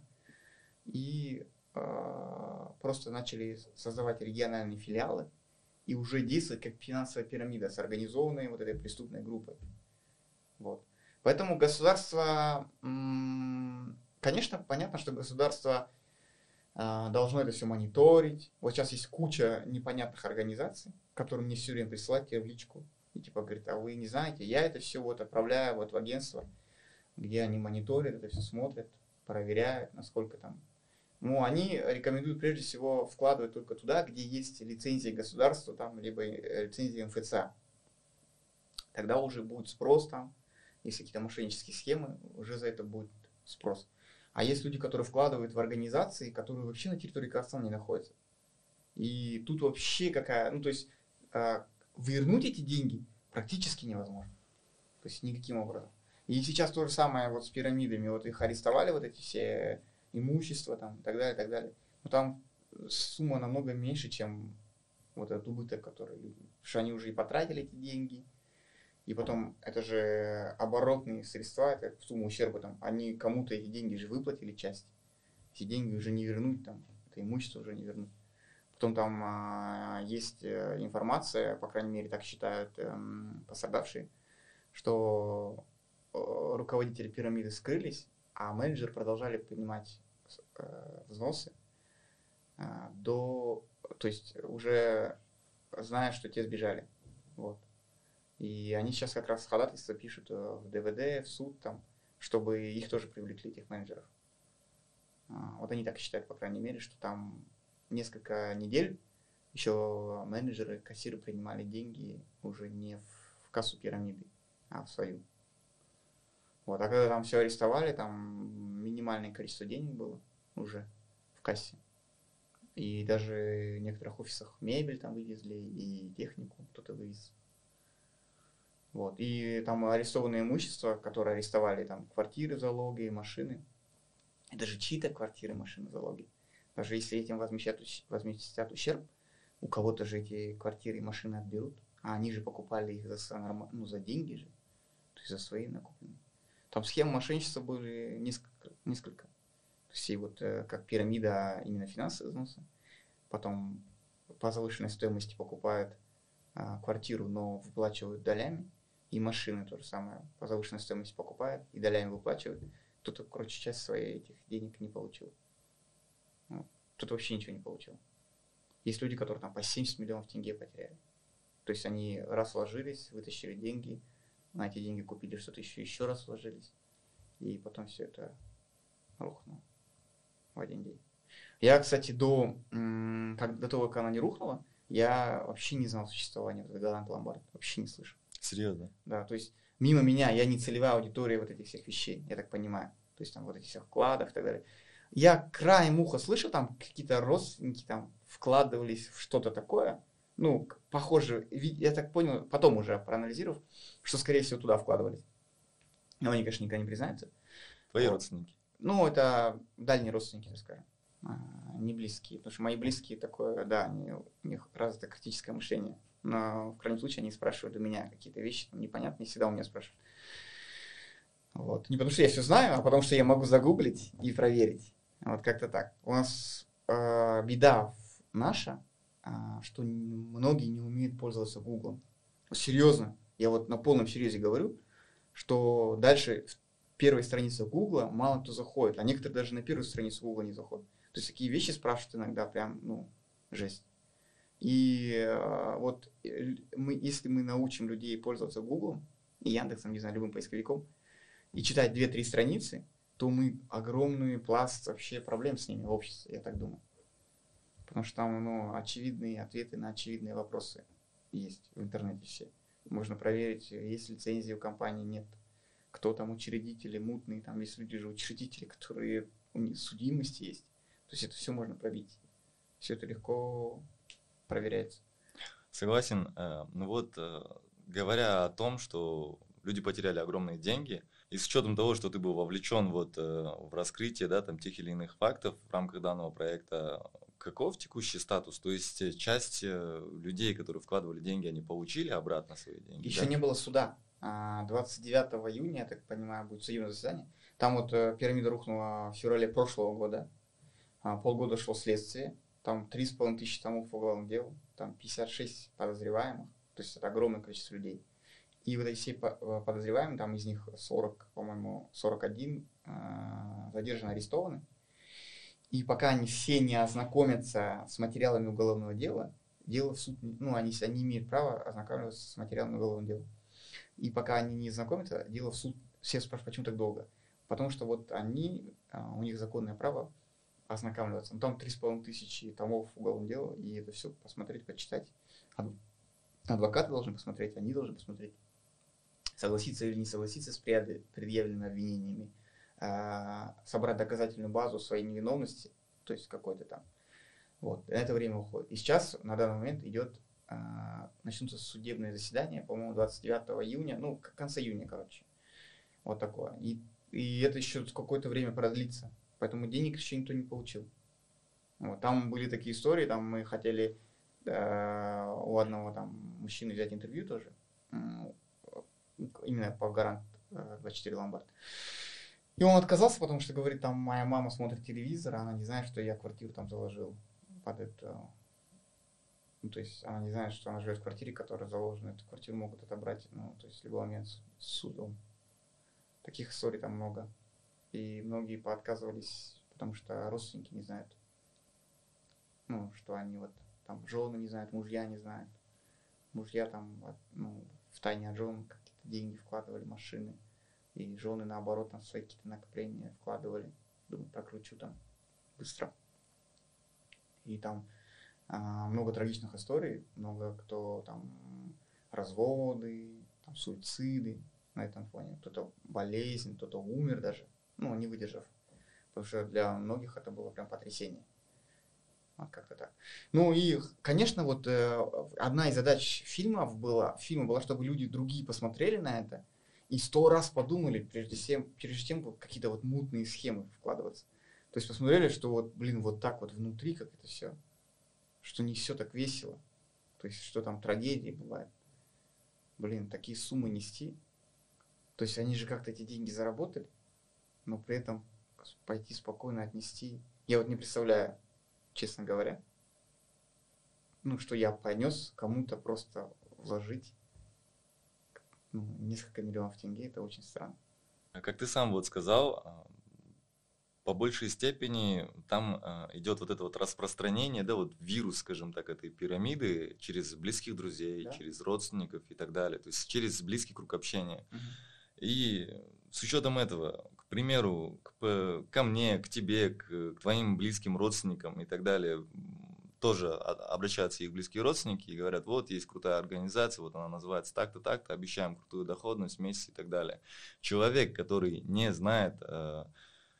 И просто начали создавать региональные филиалы и уже действовать как финансовая пирамида с организованной вот этой преступной группой. Вот. Поэтому государство, конечно, понятно, что государство должно это все мониторить. Вот сейчас есть куча непонятных организаций, которые мне все время присылают тебе в личку. И типа говорят, а вы не знаете, я это все вот отправляю вот в агентство, где они мониторят, это все смотрят, проверяют, насколько там. Ну, они рекомендуют прежде всего вкладывать только туда, где есть лицензия государства, там, либо лицензия МФЦ. Тогда уже будет спрос там, если какие-то мошеннические схемы, уже за это будет спрос. А есть люди, которые вкладывают в организации, которые вообще на территории Казахстана не находятся. И тут вообще какая, ну то есть вернуть эти деньги практически невозможно. То есть никаким образом. И сейчас то же самое вот с пирамидами, вот их арестовали, вот эти все имущества там, и так далее, и так далее. Но там сумма намного меньше, чем вот этот убыток, который люди. Потому что они уже и потратили эти деньги, и потом это же оборотные средства, это в сумму ущерба там. Они кому-то эти деньги же выплатили часть. Эти деньги уже не вернуть, там, это имущество уже не вернуть. Потом там есть информация, по крайней мере, так считают пострадавшие, что руководители пирамиды скрылись, а менеджеры продолжали принимать взносы то есть уже зная, что те сбежали. Вот. И они сейчас как раз ходатайство пишут в ДВД, в суд, там, чтобы их тоже привлекли, этих менеджеров. Вот они так считают, по крайней мере, что там несколько недель еще менеджеры, кассиры принимали деньги уже не в кассу пирамиды, а в свою. Вот. А когда там все арестовали, там минимальное количество денег было уже в кассе. И даже в некоторых офисах мебель там вывезли, и технику кто-то вывез. Вот. И там арестованное имущество, которое арестовали, там квартиры, залоги, машины. Это же чьи-то квартиры, машины, залоги. Даже если этим возместят ущерб, у кого-то же эти квартиры и машины отберут. А они же покупали их за деньги же. То есть за свои накупленные. Там схемы мошенничества были несколько. То есть и вот как пирамида именно финансового взноса. Потом по завышенной стоимости покупают квартиру, но выплачивают долями. И машины то же самое. По завышенной стоимости покупают и долями выплачивают. Кто-то, короче, часть своих этих денег не получил. Кто-то вообще ничего не получил. Есть люди, которые там по 70 миллионов тенге потеряли. То есть они раз вложились, вытащили деньги, на эти деньги купили что-то еще раз вложились. И потом все это рухнуло в один день. Я, кстати, до того, как она не рухнула, я вообще не знал существования Гарант Ломбард. Вообще не слышал. Серьезно? Да, то есть мимо меня я не целевая аудитория вот этих всех вещей, я так понимаю. То есть там вот этих всех вкладов и так далее. Я краем уха слышал, там какие-то родственники там вкладывались в что-то такое. Ну, похоже, я так понял, потом уже проанализировав, что, скорее всего, туда вкладывались. Но они, конечно, никогда не признаются. Твои Вот. родственники? Ну, это дальние родственники, так скажем. Не близкие. Потому что мои близкие такое, да, у них развито критическое мышление. Но в крайнем случае они спрашивают у меня какие-то вещи там, непонятные, всегда у меня спрашивают. Вот. Не потому что я все знаю, а потому что я могу загуглить и проверить. Вот как-то так. У нас беда наша, что многие не умеют пользоваться Гуглом. Серьезно. Я вот на полном серьезе говорю, что дальше в первой странице Гугла мало кто заходит, а некоторые даже на первую страницу Гугла не заходят. То есть такие вещи спрашивают иногда прям, ну, жесть. И вот если мы научим людей пользоваться Гуглом и Яндексом, не знаю, любым поисковиком, и читать 2-3 страницы, то мы огромный пласт вообще проблем с ними в обществе, я так думаю. Потому что там, ну, очевидные ответы на очевидные вопросы есть в интернете все. Можно проверить, есть лицензии у компании, нет. Кто там учредители, мутные, там есть люди же учредители, которые у них судимости есть. То есть это все можно пробить. Все это легко проверяется. Согласен. Ну вот, говоря о том, что люди потеряли огромные деньги, и с учетом того, что ты был вовлечен вот в раскрытие, да, там, тех или иных фактов в рамках данного проекта, каков текущий статус? То есть часть людей, которые вкладывали деньги, они получили обратно свои деньги? Еще Да? не было суда. 29 июня, я так понимаю, будет судебное заседание. Там вот пирамида рухнула в феврале прошлого года. Полгода шло следствие. Там 3,5 тысячи томов по уголовному делу. Там 56 подозреваемых. То есть это огромное количество людей. И вот эти все подозреваемые, там из них 40, по-моему, 41 задержаны, арестованы. И пока они все не ознакомятся с материалами уголовного дела, дело в суд, ну, они имеют право ознакомиться с материалами уголовного дела. И пока они не знакомятся, дело в суд. Все спрашивают, почему так долго. Потому что вот они, у них законное право ознакомливаться. Ну, там 3,5 тысячи томов уголовного дела, и это все посмотреть, почитать. Адвокаты должны посмотреть, они должны посмотреть. Согласиться или не согласиться с предъявленными обвинениями. Собрать доказательную базу своей невиновности, то есть какой-то там. Вот, на это время уходит. И сейчас, на данный момент, начнутся судебные заседания, по-моему, 29 июня, ну, в конце июня, короче. Вот такое. И это еще какое-то время продлится. Поэтому денег еще никто не получил. Вот, там были такие истории, там мы хотели у одного там мужчины взять интервью тоже, именно по Гарант 24 Ломбард. И он отказался, потому что говорит, там моя мама смотрит телевизор, а она не знает, что я квартиру там заложил под это. Ну, то есть она не знает, что она живет в квартире, которая заложена. Эту квартиру могут отобрать, ну, то есть в любой момент с судом. Таких историй там много. И многие поотказывались, потому что родственники не знают. Ну, что они вот там жены не знают, мужья не знают. Мужья там, ну, в тайне от жен какие-то деньги вкладывали, машины. И жены, наоборот, там свои какие-то накопления вкладывали. Думаю, прокручу там быстро. И там много трагичных историй. Много кто там разводы, там, суициды на этом фоне. Кто-то болезнь, кто-то умер даже. Ну, не выдержав. Потому что для многих это было прям потрясение. Вот как-то так. Ну и, конечно, вот одна из задач фильма была, чтобы люди другие посмотрели на это и 100 раз подумали, прежде чем какие-то вот мутные схемы вкладываться. То есть посмотрели, что вот, блин, вот так вот внутри, как это все, что не все так весело. То есть, что там трагедии бывают. Блин, такие суммы нести. То есть, они же как-то эти деньги заработали, но при этом пойти спокойно отнести. Я вот не представляю, честно говоря, ну, что я понес кому-то просто вложить несколько миллионов тенге, это очень странно. Как ты сам вот сказал, по большей степени там идет вот это вот распространение, да, вот вирус, скажем так, этой пирамиды через близких друзей, Да? через родственников и так далее, то есть через близкий круг общения. Угу. И с учетом этого, к примеру, ко мне, к тебе, к твоим близким родственникам и так далее, тоже обращаются их близкие родственники и говорят, вот есть крутая организация, вот она называется так-то, обещаем крутую доходность в месяц и так далее. Человек, который не знает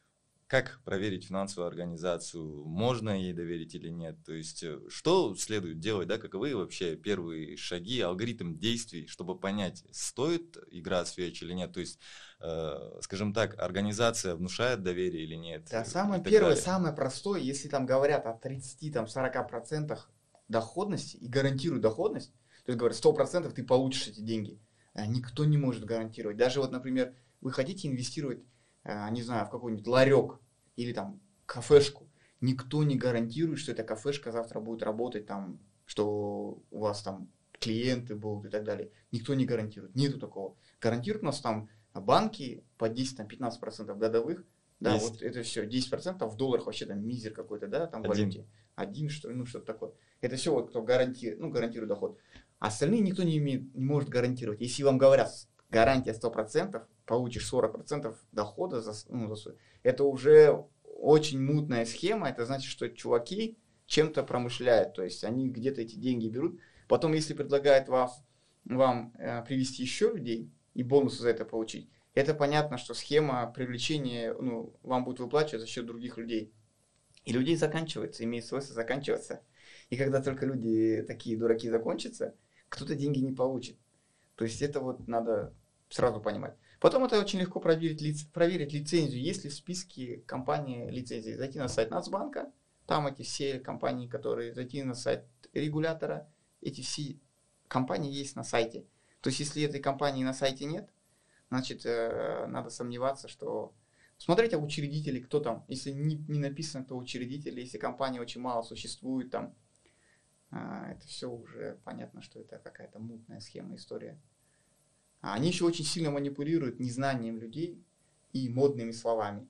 как проверить финансовую организацию, можно ей доверить или нет, то есть что следует делать, да, каковы вообще первые шаги, алгоритм действий, чтобы понять, стоит игра свеч или нет, то есть, скажем так, организация внушает доверие или нет Да, и самое так первое, далее. самое простое, если там говорят о 30-40% доходности и гарантируют доходность, то есть говорят, 100% ты получишь эти деньги. Никто не может гарантировать. Даже вот, например, вы хотите инвестировать, не знаю, в какой-нибудь ларек или там кафешку. Никто не гарантирует, что эта кафешка завтра будет работать, там, что у вас там клиенты будут и так далее. Никто не гарантирует. Нету такого. Гарантируют у нас там банки по 10-15% годовых. Да, вот 10, это все, 10% в долларах вообще там мизер какой-то, да, там в 1. валюте. Один, что ли, ну что-то такое. Это все вот кто гарантирует, ну, гарантирует доход. А остальные никто не может гарантировать. Если вам говорят, гарантия 100%, получишь 40% дохода это уже очень мутная схема. Это значит, что чуваки чем-то промышляют. То есть они где-то эти деньги берут. Потом, если предлагают вам привести еще людей и бонусы за это получить, это понятно, что схема привлечения, ну, вам будет выплачивать за счет других людей. И людей заканчивается, имеет свойство заканчиваться. И когда только люди такие дураки закончатся, кто-то деньги не получит. То есть это вот надо сразу понимать. Потом это очень легко проверить лицензию. Есть ли в списке компании лицензии? Зайти на сайт Нацбанка, там эти все компании, которые зайти на сайт регулятора, эти все компании есть на сайте. То есть если этой компании на сайте нет, значит надо сомневаться, что... Смотреть, а учредители, кто там, если не написано, кто учредитель, если компания очень мало существует, там, это все уже понятно, что это какая-то мутная схема, история. Они еще очень сильно манипулируют незнанием людей и модными словами.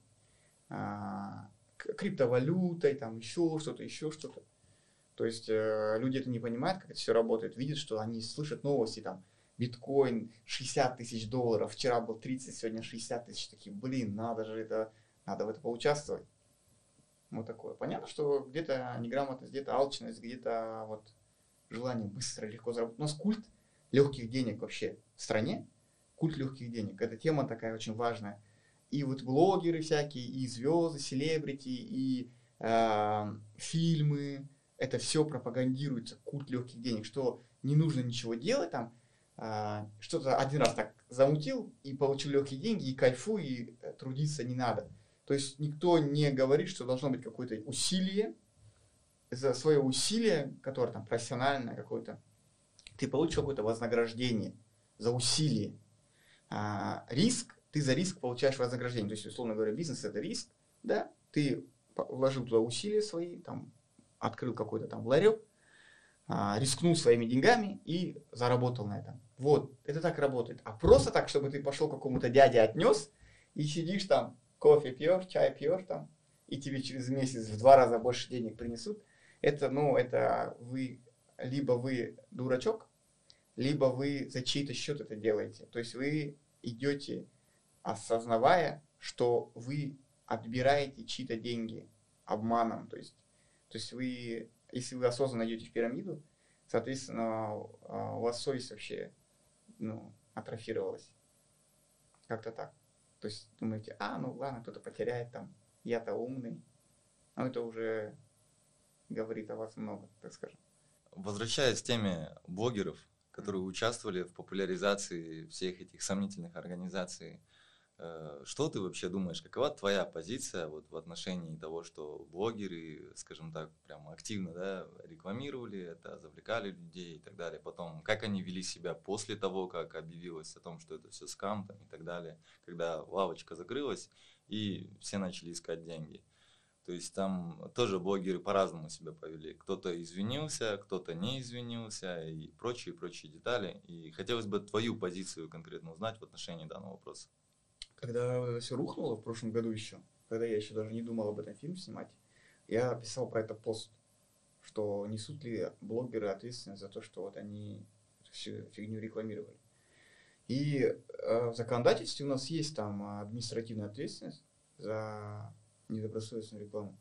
Криптовалютой, там еще что-то, еще что-то. То есть люди это не понимают, как это все работает, видят, что они слышат новости, там, биткоин 60 тысяч долларов, вчера был 30, сегодня 60 тысяч, такие, блин, надо же это, надо в это поучаствовать. Вот такое. Понятно, что где-то неграмотность, где-то алчность, где-то вот желание быстро, легко заработать. У нас культ легких денег вообще в стране, культ легких денег. Эта тема такая очень важная. И вот блогеры всякие, и звезды, селебрити, и фильмы, это все пропагандируется, культ легких денег, что не нужно ничего делать там, что-то один раз так замутил и получил легкие деньги, и кайфуй, и трудиться не надо. То есть никто не говорит, что должно быть какое-то усилие, за свое усилие, которое там профессиональное какое-то, ты получишь какое-то вознаграждение за усилие. Риск, ты за риск получаешь вознаграждение. То есть, условно говоря, бизнес это риск, да, ты вложил туда усилия свои, там, открыл какой-то там ларек, рискнул своими деньгами и заработал на этом. Вот, это так работает. А просто так, чтобы ты пошел к какому-то дяде отнес и сидишь там, кофе пьешь, чай пьешь там, и тебе через месяц в 2 раза больше денег принесут, это, ну, это либо вы дурачок, либо вы за чей-то счет это делаете. То есть вы идете, осознавая, что вы отбираете чьи-то деньги обманом. То есть вы, если вы осознанно идете в пирамиду, соответственно, у вас совесть вообще, ну, атрофировалась. Как-то так. То есть думаете, ну ладно, кто-то потеряет там, я-то умный. Но это уже говорит о вас много, так скажем. Возвращаясь к теме блогеров, которые участвовали в популяризации всех этих сомнительных организаций, что ты вообще думаешь, какова твоя позиция вот в отношении того, что блогеры, скажем так, прям активно, да, рекламировали это, завлекали людей и так далее, потом как они вели себя после того, как объявилось о том, что это все скам там, и так далее, когда лавочка закрылась и все начали искать деньги. То есть там тоже блогеры по-разному себя повели. Кто-то извинился, кто-то не извинился и прочие детали. И хотелось бы твою позицию конкретно узнать в отношении данного вопроса. Когда это все рухнуло в прошлом году еще, когда я еще даже не думал об этом фильм снимать, я писал про это пост, что несут ли блогеры ответственность за то, что вот они всю фигню рекламировали. И в законодательстве у нас есть там административная ответственность за недобросовестную рекламу.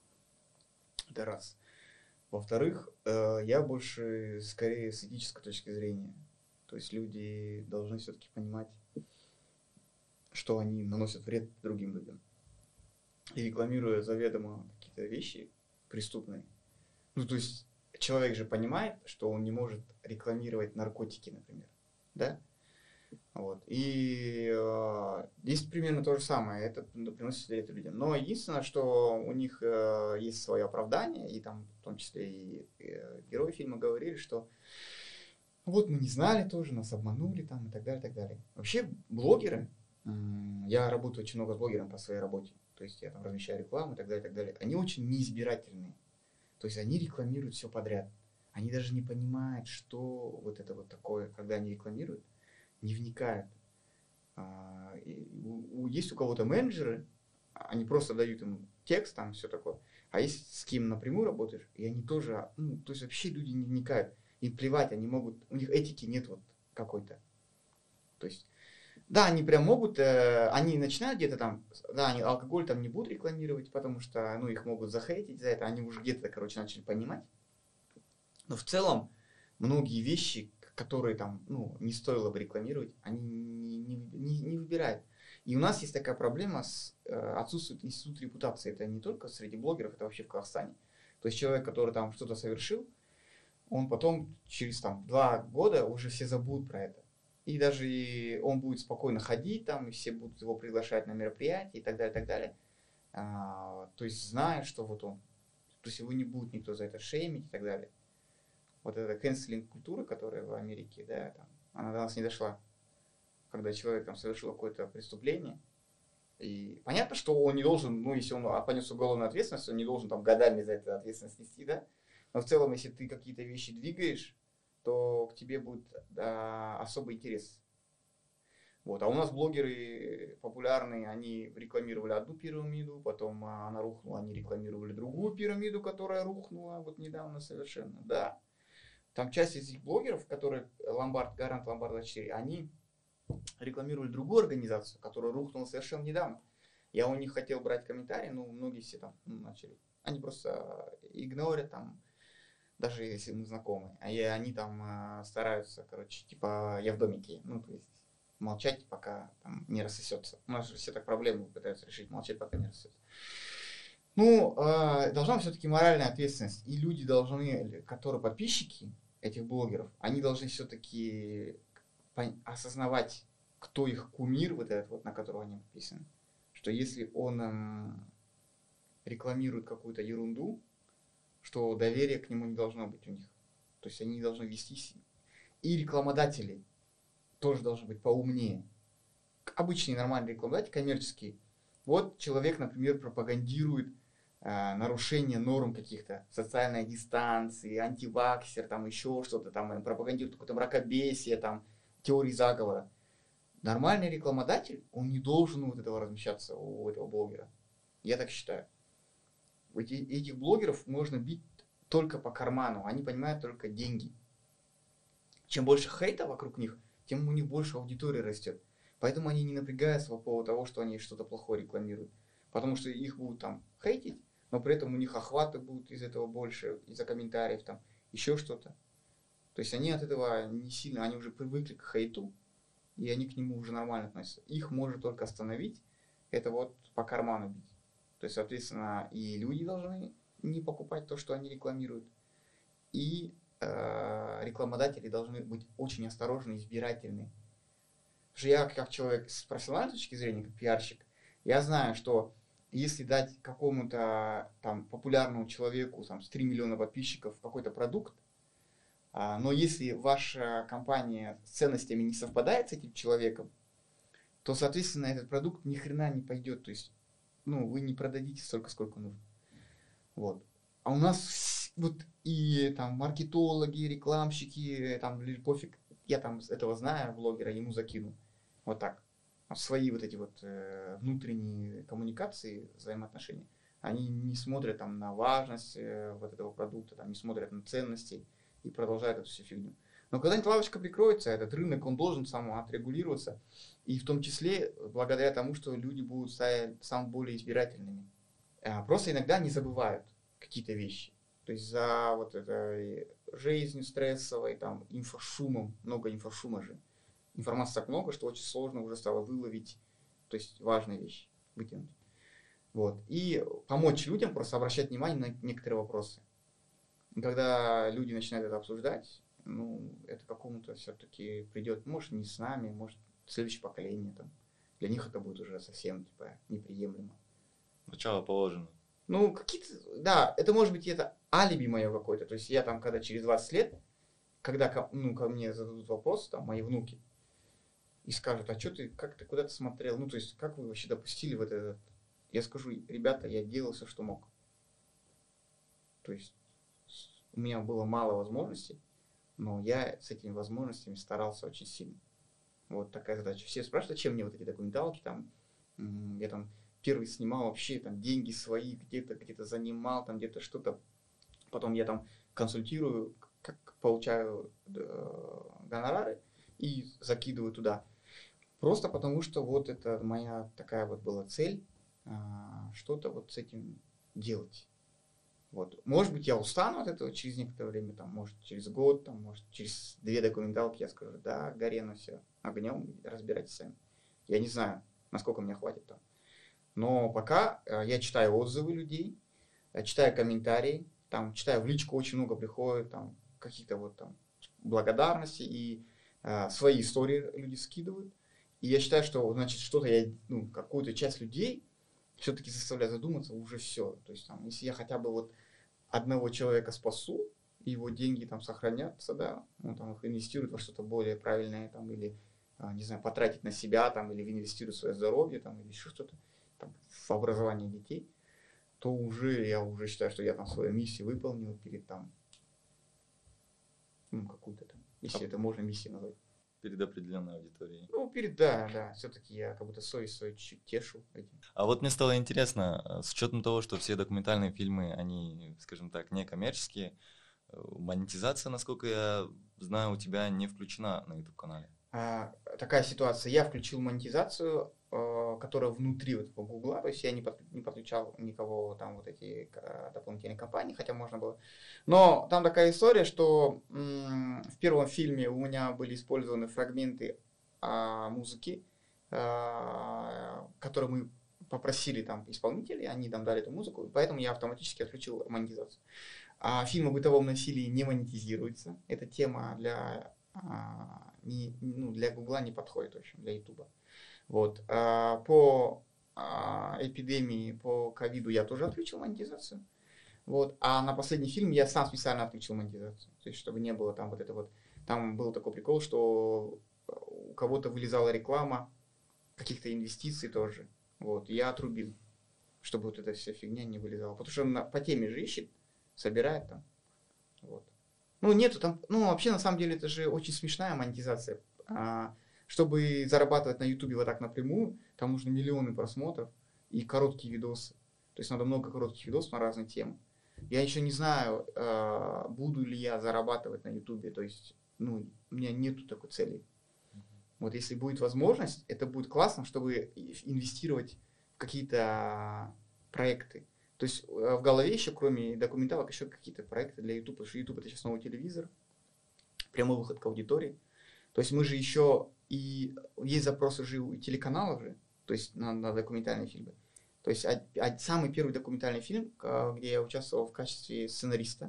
Это раз. Во-вторых, я больше скорее с этической точки зрения. То есть люди должны все-таки понимать, что они наносят вред другим людям. и рекламируя заведомо какие-то вещи преступные. Ну, то есть человек же понимает, что он не может рекламировать наркотики, например, да? Вот. И здесь примерно то же самое, это приносит это людям. Но единственное, что у них есть свое оправдание, и там в том числе и герои фильма говорили, что вот мы не знали тоже, нас обманули там и так далее, и так далее. Вообще блогеры, я работаю очень много с блогерами по своей работе, то есть я там размещаю рекламу и так далее, и так далее. Они очень неизбирательные, то есть они рекламируют все подряд. Они даже не понимают, что вот это вот такое, когда они рекламируют, не вникают. Есть у кого-то менеджеры, они просто дают им текст, там все такое. А есть с кем напрямую работаешь, и они тоже, ну, то есть вообще люди не вникают. Им плевать, они могут, у них этики нет вот какой-то. То есть, да, они прям могут, они начинают где-то там, да, они алкоголь там не будут рекламировать, потому что, ну, их могут захейтить за это, они уже где-то, короче, начали понимать. Но в целом, многие вещи, которые там, ну, не стоило бы рекламировать, они не выбирают. И у нас есть такая проблема с отсутствует институт репутации. Это не только среди блогеров, это вообще в Казахстане. То есть человек, который там что-то совершил, он потом через там 2 года уже все забудут про это. И даже он будет спокойно ходить там, и все будут его приглашать на мероприятия и так далее, и так далее. То есть зная, что вот он, то есть его не будет никто за это шеймить и так далее. Вот эта canceling культура, которая в Америке, да, там, она до нас не дошла. Когда человек там совершил какое-то преступление, и понятно, что он не должен, ну, если он понес уголовную ответственность, он не должен там годами за это ответственность нести, да. Но в целом, если ты какие-то вещи двигаешь, то к тебе будет особый интерес. Вот. А у нас блогеры популярные, они рекламировали одну пирамиду, потом она рухнула, они рекламировали другую пирамиду, которая рухнула вот недавно совершенно, да. Там часть из этих блогеров, которые Гарант Ломбард 24, они рекламировали другую организацию, которая рухнула совершенно недавно. Я у них хотел брать комментарии, но многие все там начали. Они просто игнорят там, даже если мы знакомы. Они там стараются, короче, типа я в домике. Ну, то есть молчать, пока там не рассосется. У нас же все так проблемы пытаются решить, молчать, пока не рассосется. Ну, должна быть все-таки моральная ответственность. И люди должны, которые подписчики этих блогеров, они должны все-таки осознавать, кто их кумир, вот этот вот, на которого они подписаны. Что если он рекламирует какую-то ерунду, что доверия к нему не должно быть у них. То есть они не должны вестись. И рекламодатели тоже должны быть поумнее. Обычные нормальные рекламодатели, коммерческие. Вот человек, например, пропагандирует нарушение норм каких-то, социальной дистанции, антиваксер, там еще что-то, там пропагандирует какое-то мракобесие, там теории заговора. Нормальный рекламодатель, он не должен вот этого размещаться у этого блогера. Я так считаю. Этих блогеров можно бить только по карману, они понимают только деньги. Чем больше хейта вокруг них, тем у них больше аудитория растет. Поэтому они не напрягаются по поводу того, что они что-то плохое рекламируют. Потому что их будут там хейтить, но при этом у них охваты будут из этого больше, из-за комментариев, там, еще что-то. То есть они от этого не сильно, они уже привыкли к хейту, и они к нему уже нормально относятся. Их может только остановить, это вот по карману бить. То есть, соответственно, и люди должны не покупать то, что они рекламируют, и рекламодатели должны быть очень осторожны и избирательны. Потому что я, как человек с профессиональной точки зрения, как пиарщик, я знаю, что если дать какому-то там популярному человеку там, с 3 миллиона подписчиков какой-то продукт, но если ваша компания с ценностями не совпадает с этим человеком, то, соответственно, этот продукт ни хрена не пойдет. То есть, ну, вы не продадите столько, сколько нужно. Вот. А у нас вот и там маркетологи, рекламщики, там пофиг, я там этого знаю, блогера, ему закину. Вот так. Свои вот эти вот внутренние коммуникации, взаимоотношения, они не смотрят там на важность вот этого продукта, там, не смотрят на ценности и продолжают эту всю фигню. Но когда-нибудь лавочка прикроется, этот рынок, он должен сам отрегулироваться, и в том числе благодаря тому, что люди будут стать более избирательными. Просто иногда не забывают какие-то вещи. То есть за вот этой жизнью стрессовой, там, инфошумом, много инфошума же. Информации так много, что очень сложно уже стало выловить, то есть важные вещи, вытянуть. Вот. И помочь людям просто обращать внимание на некоторые вопросы. И когда люди начинают это обсуждать, ну, это какому-то все-таки придет, может, не с нами, может, следующее поколение там. Для них это будет уже совсем типа неприемлемо. Начало положено. Ну, какие-то, да, это может быть это алиби мое какое-то. То есть я там, когда через 20 лет, когда ко мне зададут вопрос, там, мои внуки, и скажут, а что ты, как ты куда-то смотрел? Ну, то есть, как вы вообще допустили вот это? Я скажу, ребята, я делал все, что мог. То есть, у меня было мало возможностей, но я с этими возможностями старался очень сильно. Вот такая задача. Все спрашивают, зачем мне вот эти документалки, там, я там первый снимал вообще, там, деньги свои где-то занимал, там, где-то что-то. Потом я там консультирую, как получаю гонорары и закидываю туда. Просто потому, что вот это моя такая вот была цель, что-то вот с этим делать. Вот. Может быть, я устану от этого через некоторое время, там, может, через год, там, может, через 2 документалки я скажу, да, Горено, все, огнем, разбирайтесь сами. Я не знаю, насколько мне хватит там. Но пока я читаю отзывы людей, читаю комментарии, там, читаю в личку, очень много приходит, там, какие-то вот там благодарности, и свои истории люди скидывают. И я считаю, что, значит, что-то я, ну, какую-то часть людей все-таки заставляю задуматься, уже все. То есть, там, если я хотя бы вот одного человека спасу, и его деньги там сохранятся, да, он там их инвестирует во что-то более правильное, там, или, не знаю, потратить на себя, там, или инвестирует в свое здоровье, там, или еще что-то, там, в образование детей, то уже я уже считаю, что я там свою миссию выполнил перед там, ну, какую-то там, если это можно миссией назвать. Перед определенной аудиторией. Ну, да, все-таки я как будто совесть свою чуть тешу этим. А вот мне стало интересно, с учетом того, что все документальные фильмы, они, скажем так, некоммерческие, монетизация, насколько я знаю, у тебя не включена на YouTube-канале. Такая ситуация. Я включил монетизацию, которая внутри вот этого Гугла, то есть я не подключал никого там вот эти дополнительные компании, хотя можно было. Но там такая история, что в первом фильме у меня были использованы фрагменты музыки, которые мы попросили там исполнителей, они там дали эту музыку, поэтому я автоматически отключил монетизацию. Фильм о бытовом насилии не монетизируется. Эта тема для Гугла не подходит, в общем, для Ютуба. Вот. По эпидемии, по ковиду я тоже отключил монетизацию. Вот. А на последний фильм я сам специально отключил монетизацию. То есть, чтобы не было там вот это вот... Там был такой прикол, что у кого-то вылезала реклама, каких-то инвестиций тоже. Вот. Я отрубил, чтобы вот эта вся фигня не вылезала. Потому что он по теме же ищет, собирает там. Вот. Ну, нету там... Ну, вообще, на самом деле, это же очень смешная монетизация. Чтобы зарабатывать на Ютубе вот так напрямую, там нужно миллионы просмотров и короткие видосы. То есть надо много коротких видосов на разные темы. Я еще не знаю, буду ли я зарабатывать на Ютубе. То есть, ну, у меня нету такой цели. Вот если будет возможность, это будет классно, чтобы инвестировать в какие-то проекты. То есть в голове еще, кроме документалок, еще какие-то проекты для YouTube. Потому что YouTube это сейчас новый телевизор, прямой выход к аудитории. То есть мы же еще и есть запросы же у телеканалов же, то есть на документальные фильмы. То есть самый первый документальный фильм, где я участвовал в качестве сценариста,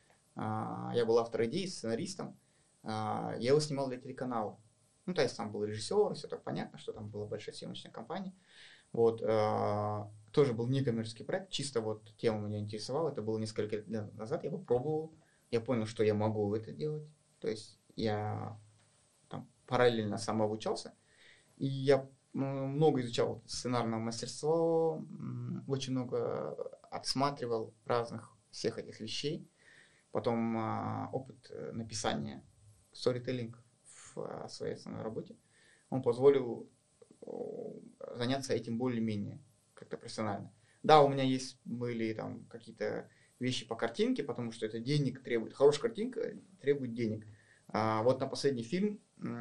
я был автор идеи, сценаристом, я его снимал для телеканала. Ну, то есть там был режиссер, все так понятно, что там была большая съемочная компания. Вот, тоже был некоммерческий проект, чисто вот тема меня интересовала, это было несколько лет назад, я попробовал, я понял, что я могу это делать, то есть я там параллельно самообучался, и я много изучал сценарного мастерства, очень много отсматривал разных всех этих вещей, потом опыт написания, сторителлинг в своей основной работе, он позволил заняться этим более-менее как-то профессионально. Да, у меня были там какие-то вещи по картинке, потому что это денег требует. Хорошая картинка требует денег. Вот на последний фильм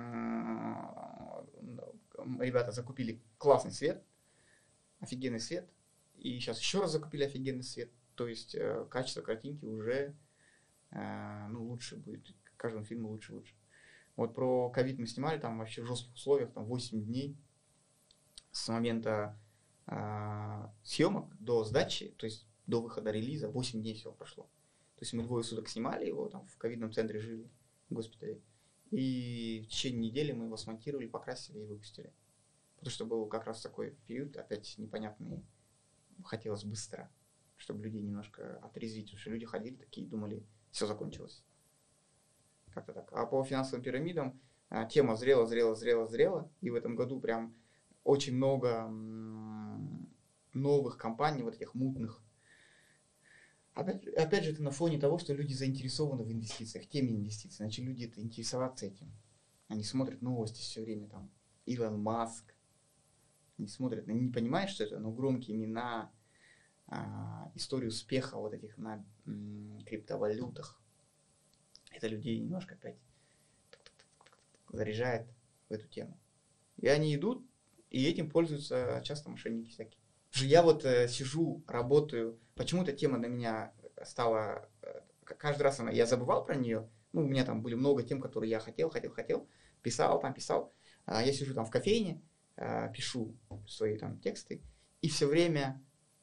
ребята закупили классный свет, офигенный свет, и сейчас еще раз закупили офигенный свет. То есть качество картинки уже лучше будет. К каждому фильму лучше. Вот про ковид мы снимали там вообще в жестких условиях, там 8 дней с момента съемок до сдачи, то есть до выхода релиза, 8 дней всего прошло. То есть мы 2 суток снимали его, там в ковидном центре жили, в госпитале. И в течение недели мы его смонтировали, покрасили и выпустили. Потому что был как раз такой период, опять непонятный, хотелось быстро, чтобы людей немножко отрезвить, потому что люди ходили такие, думали, все закончилось. Как-то так. А по финансовым пирамидам тема зрела, и в этом году прям очень много новых компаний, вот этих мутных. Опять же, это на фоне того, что люди заинтересованы в инвестициях, теме инвестиций. Значит, люди это интересоваться этим. Они смотрят новости все время, там, Илон Маск. Они смотрят, они не понимают, что это, но громкие имена, историю успеха вот этих на криптовалютах. Это людей немножко опять заряжает в эту тему. И они идут, и этим пользуются часто мошенники всякие. Я вот сижу, работаю, почему-то тема на меня стала, каждый раз я забывал про нее, ну, у меня там были много тем, которые я хотел, писал. Я сижу там в кофейне, пишу свои там тексты, и все время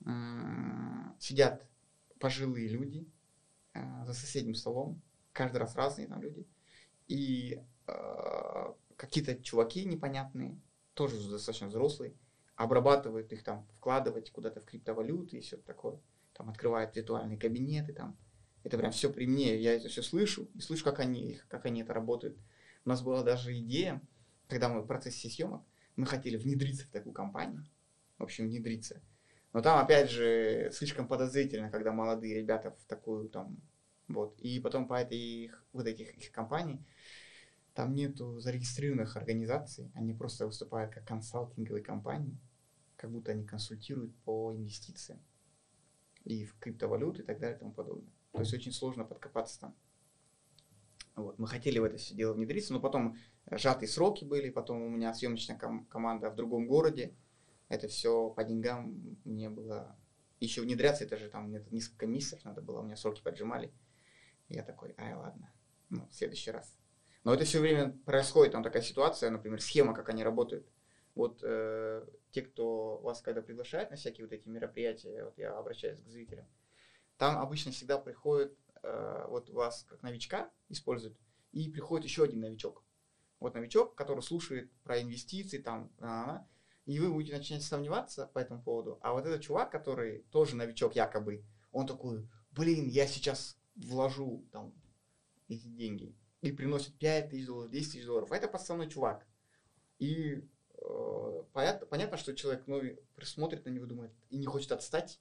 сидят пожилые люди за соседним столом, каждый раз разные там люди, и какие-то чуваки непонятные, тоже достаточно взрослые, обрабатывают их там, вкладывать куда-то в криптовалюты и все такое, там открывают виртуальные кабинеты, там, это прям все при мне, я это все слышу, и слышу, как они это работают. У нас была даже идея, когда мы в процессе съемок, мы хотели внедриться в такую компанию, в общем, внедриться. Но там, опять же, слишком подозрительно, когда молодые ребята в такую там, вот. И потом по этих их компаний, там нету зарегистрированных организаций, они просто выступают как консалтинговые компании, как будто они консультируют по инвестициям и в криптовалюты и так далее и тому подобное. То есть очень сложно подкопаться там. Вот. Мы хотели в это все дело внедриться, но потом сжатые сроки были, потом у меня съемочная команда в другом городе. Это все по деньгам мне было... Еще внедряться, это же там несколько месяцев надо было, у меня сроки поджимали. И я такой, ладно, в следующий раз. Но это все время происходит, там такая ситуация, например, схема, как они работают. Вот те, кто вас когда приглашает на всякие вот эти мероприятия, вот я обращаюсь к зрителям, там обычно всегда приходит, вот вас как новичка используют, и приходит еще один новичок. Вот новичок, который слушает про инвестиции, там, и вы будете начинать сомневаться по этому поводу. А вот этот чувак, который тоже новичок якобы, он такой, я сейчас вложу там эти деньги. И приносит 5 тысяч долларов, 10 тысяч долларов. А это подставной чувак. И понятно, что человек смотрит на него, думает, и не хочет отстать.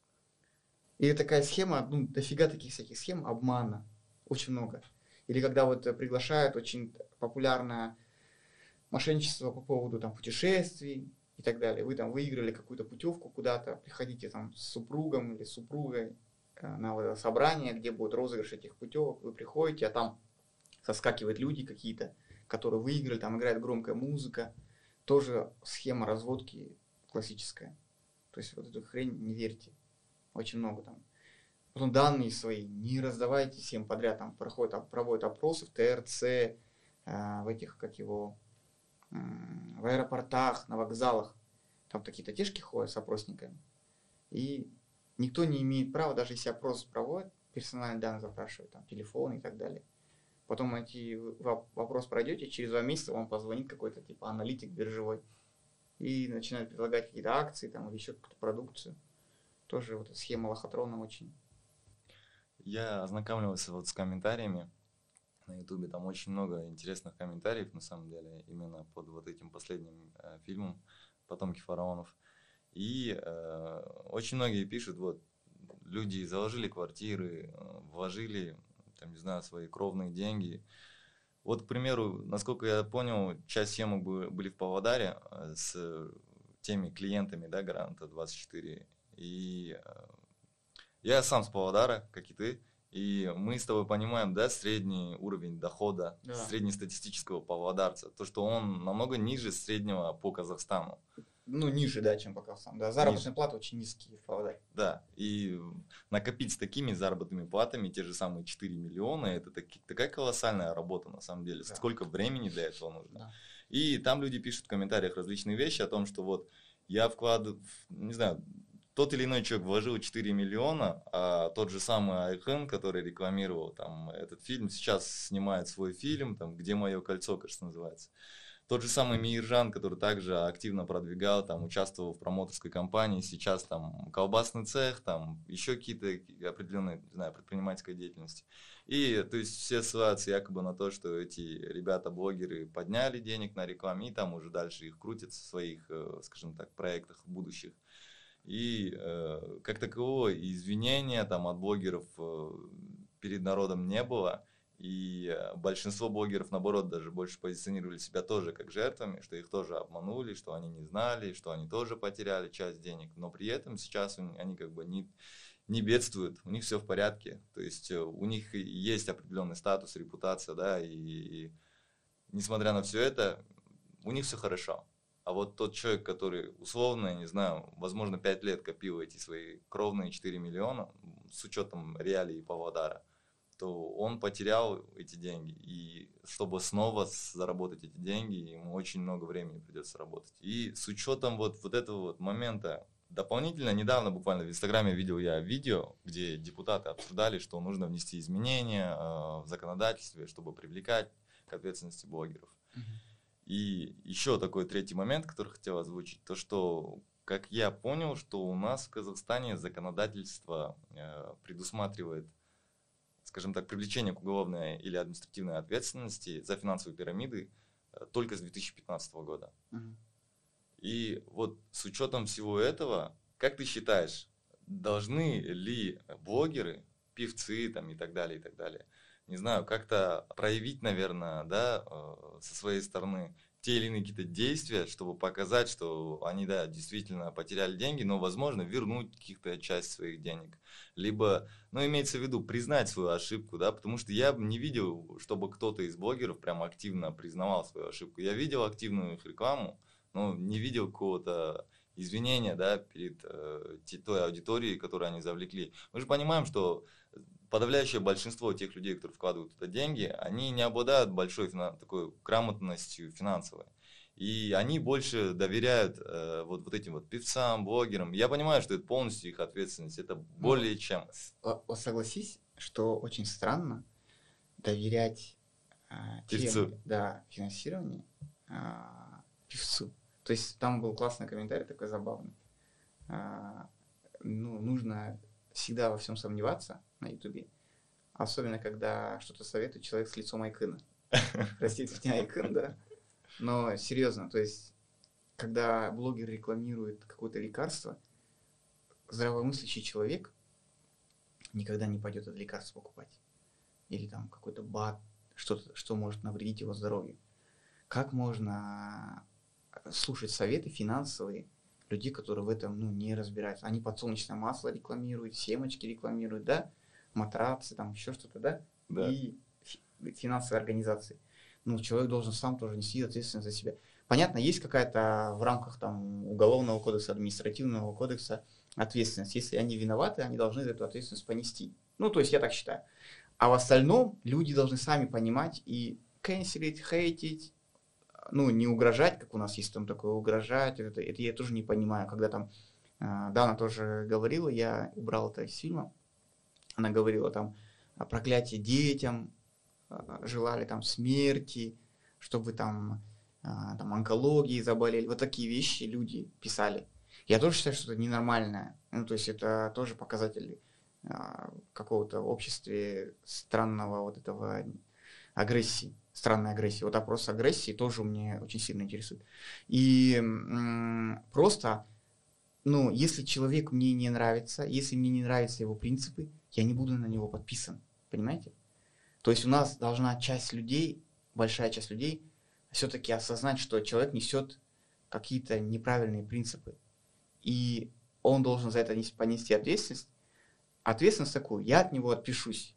И такая схема, дофига таких всяких схем обмана. Очень много. Или когда вот приглашают, очень популярное мошенничество по поводу там путешествий и так далее. Вы там выиграли какую-то путевку куда-то, приходите там с супругом или супругой на собрание, где будет розыгрыш этих путевок. Вы приходите, а там соскакивают люди какие-то, которые выиграли, там играет громкая музыка. Тоже схема разводки классическая. То есть вот эту хрень не верьте. Очень много там. Потом данные свои не раздавайте всем подряд. Там проводят опросы в ТРЦ, в этих, в аэропортах, на вокзалах. Там какие-то тешки ходят с опросниками. И никто не имеет права, даже если опрос проводят, персональные данные запрашивают, там, телефон и так далее. Потом вопрос пройдете, через 2 месяца вам позвонит какой-то типа аналитик биржевой и начинает предлагать какие-то акции там, или еще какую-то продукцию. Тоже вот эта схема лохотрона очень. Я ознакомливался вот с комментариями на ютубе, там очень много интересных комментариев на самом деле, именно под вот этим последним фильмом «Потомки фараонов». И очень многие пишут, вот, люди заложили квартиры, вложили, там, не знаю, свои кровные деньги. Вот, к примеру, насколько я понял, часть съемок были в Павлодаре с теми клиентами, да, Гаранта 24. И я сам с Павлодара, как и ты. И мы с тобой понимаем, да, средний уровень дохода среднестатистического павлодарца. То, что он намного ниже среднего по Казахстану. Ниже, да, чем по Казахстану. Да, заработная плата очень низкие в Павлодаре. Да, и накопить с такими заработными платами те же самые 4 миллиона, это такая колоссальная работа на самом деле. Да. Сколько времени для этого нужно. Да. И там люди пишут в комментариях различные вещи о том, что вот я вкладываю, не знаю, тот или иной человек вложил 4 миллиона, а тот же самый Айхен, который рекламировал там этот фильм, сейчас снимает свой фильм, там, «Где мое кольцо», кажется, называется. Тот же самый Миржан, который также активно продвигал, там, участвовал в промоутерской кампании, сейчас там колбасный цех, там, еще какие-то определенные, не знаю, предпринимательской деятельности. И, то есть, все ссылаются якобы на то, что эти ребята-блогеры подняли денег на рекламе, и там уже дальше их крутят в своих, скажем так, проектах будущих. И как такового извинения там от блогеров перед народом не было. И большинство блогеров, наоборот, даже больше позиционировали себя тоже как жертвами, что их тоже обманули, что они не знали, что они тоже потеряли часть денег. Но при этом сейчас они как бы не бедствуют, у них все в порядке. То есть у них есть определенный статус, репутация, да, и несмотря на все это, у них все хорошо. А вот тот человек, который условно, я не знаю, возможно, 5 лет копил эти свои кровные 4 миллиона, с учетом реалий Павлодара, то он потерял эти деньги. И чтобы снова заработать эти деньги, ему очень много времени придется работать. И с учетом вот этого вот момента, дополнительно, недавно буквально в Инстаграме видел я видео, где депутаты обсуждали, что нужно внести изменения в законодательстве, чтобы привлекать к ответственности блогеров. И еще такой третий момент, который хотел озвучить, то что, как я понял, что у нас в Казахстане законодательство предусматривает, скажем так, привлечение к уголовной или административной ответственности за финансовые пирамиды только с 2015 года. И вот с учетом всего этого, как ты считаешь, должны ли блогеры, певцы там, и так далее, не знаю, как-то проявить, наверное, да, со своей стороны те или иные какие-то действия, чтобы показать, что они, да, действительно потеряли деньги, но, возможно, вернуть каких-то часть своих денег. Либо, ну, имеется в виду, признать свою ошибку, да, потому что я не видел, чтобы кто-то из блогеров прям активно признавал свою ошибку. Я видел активную их рекламу, но не видел какого-то извинения, да, перед той аудиторией, которую они завлекли. Мы же понимаем, что подавляющее большинство тех людей, которые вкладывают туда деньги, они не обладают большой такой грамотностью финансовой. И они больше доверяют вот этим вот певцам, блогерам. Я понимаю, что это полностью их ответственность. Это более чем. Согласись, что очень странно доверять певцу. Да, финансирование певцу. То есть там был классный комментарий, такой забавный. Нужно всегда во всем сомневаться на Ютубе. Особенно, когда что-то советует человек с лицом Айкына. Простите меня, Айкын, да. Но серьезно, то есть, когда блогер рекламирует какое-то лекарство, здравомыслящий человек никогда не пойдет это лекарство покупать. Или там какой-то БАД, что-то, что может навредить его здоровью. Как можно слушать советы финансовые людей, которые в этом не разбираются? Они подсолнечное масло рекламируют, семечки рекламируют, да? Матрацы, там еще что-то, да? И финансовые организации. Человек должен сам тоже нести ответственность за себя. Понятно, есть какая-то в рамках там уголовного кодекса, административного кодекса ответственность. Если они виноваты, они должны эту ответственность понести. То есть я так считаю. А в остальном люди должны сами понимать и канцелить, хейтить, не угрожать, как у нас есть там такое угрожать. Это я тоже не понимаю. Когда там Дана тоже говорила, я убрал это из фильма, она говорила там о проклятии детям, желали там смерти, чтобы там онкологией заболели. Вот такие вещи люди писали. Я тоже считаю, что это ненормально. То есть это тоже показатель какого-то обществе странного вот этого агрессии, странной агрессии. Вот опрос агрессии тоже меня очень сильно интересует. И просто, если человек мне не нравится, если мне не нравятся его принципы, я не буду на него подписан. Понимаете? То есть у нас должна часть людей, большая часть людей, все-таки осознать, что человек несет какие-то неправильные принципы. И он должен за это понести ответственность. Ответственность такую, я от него отпишусь.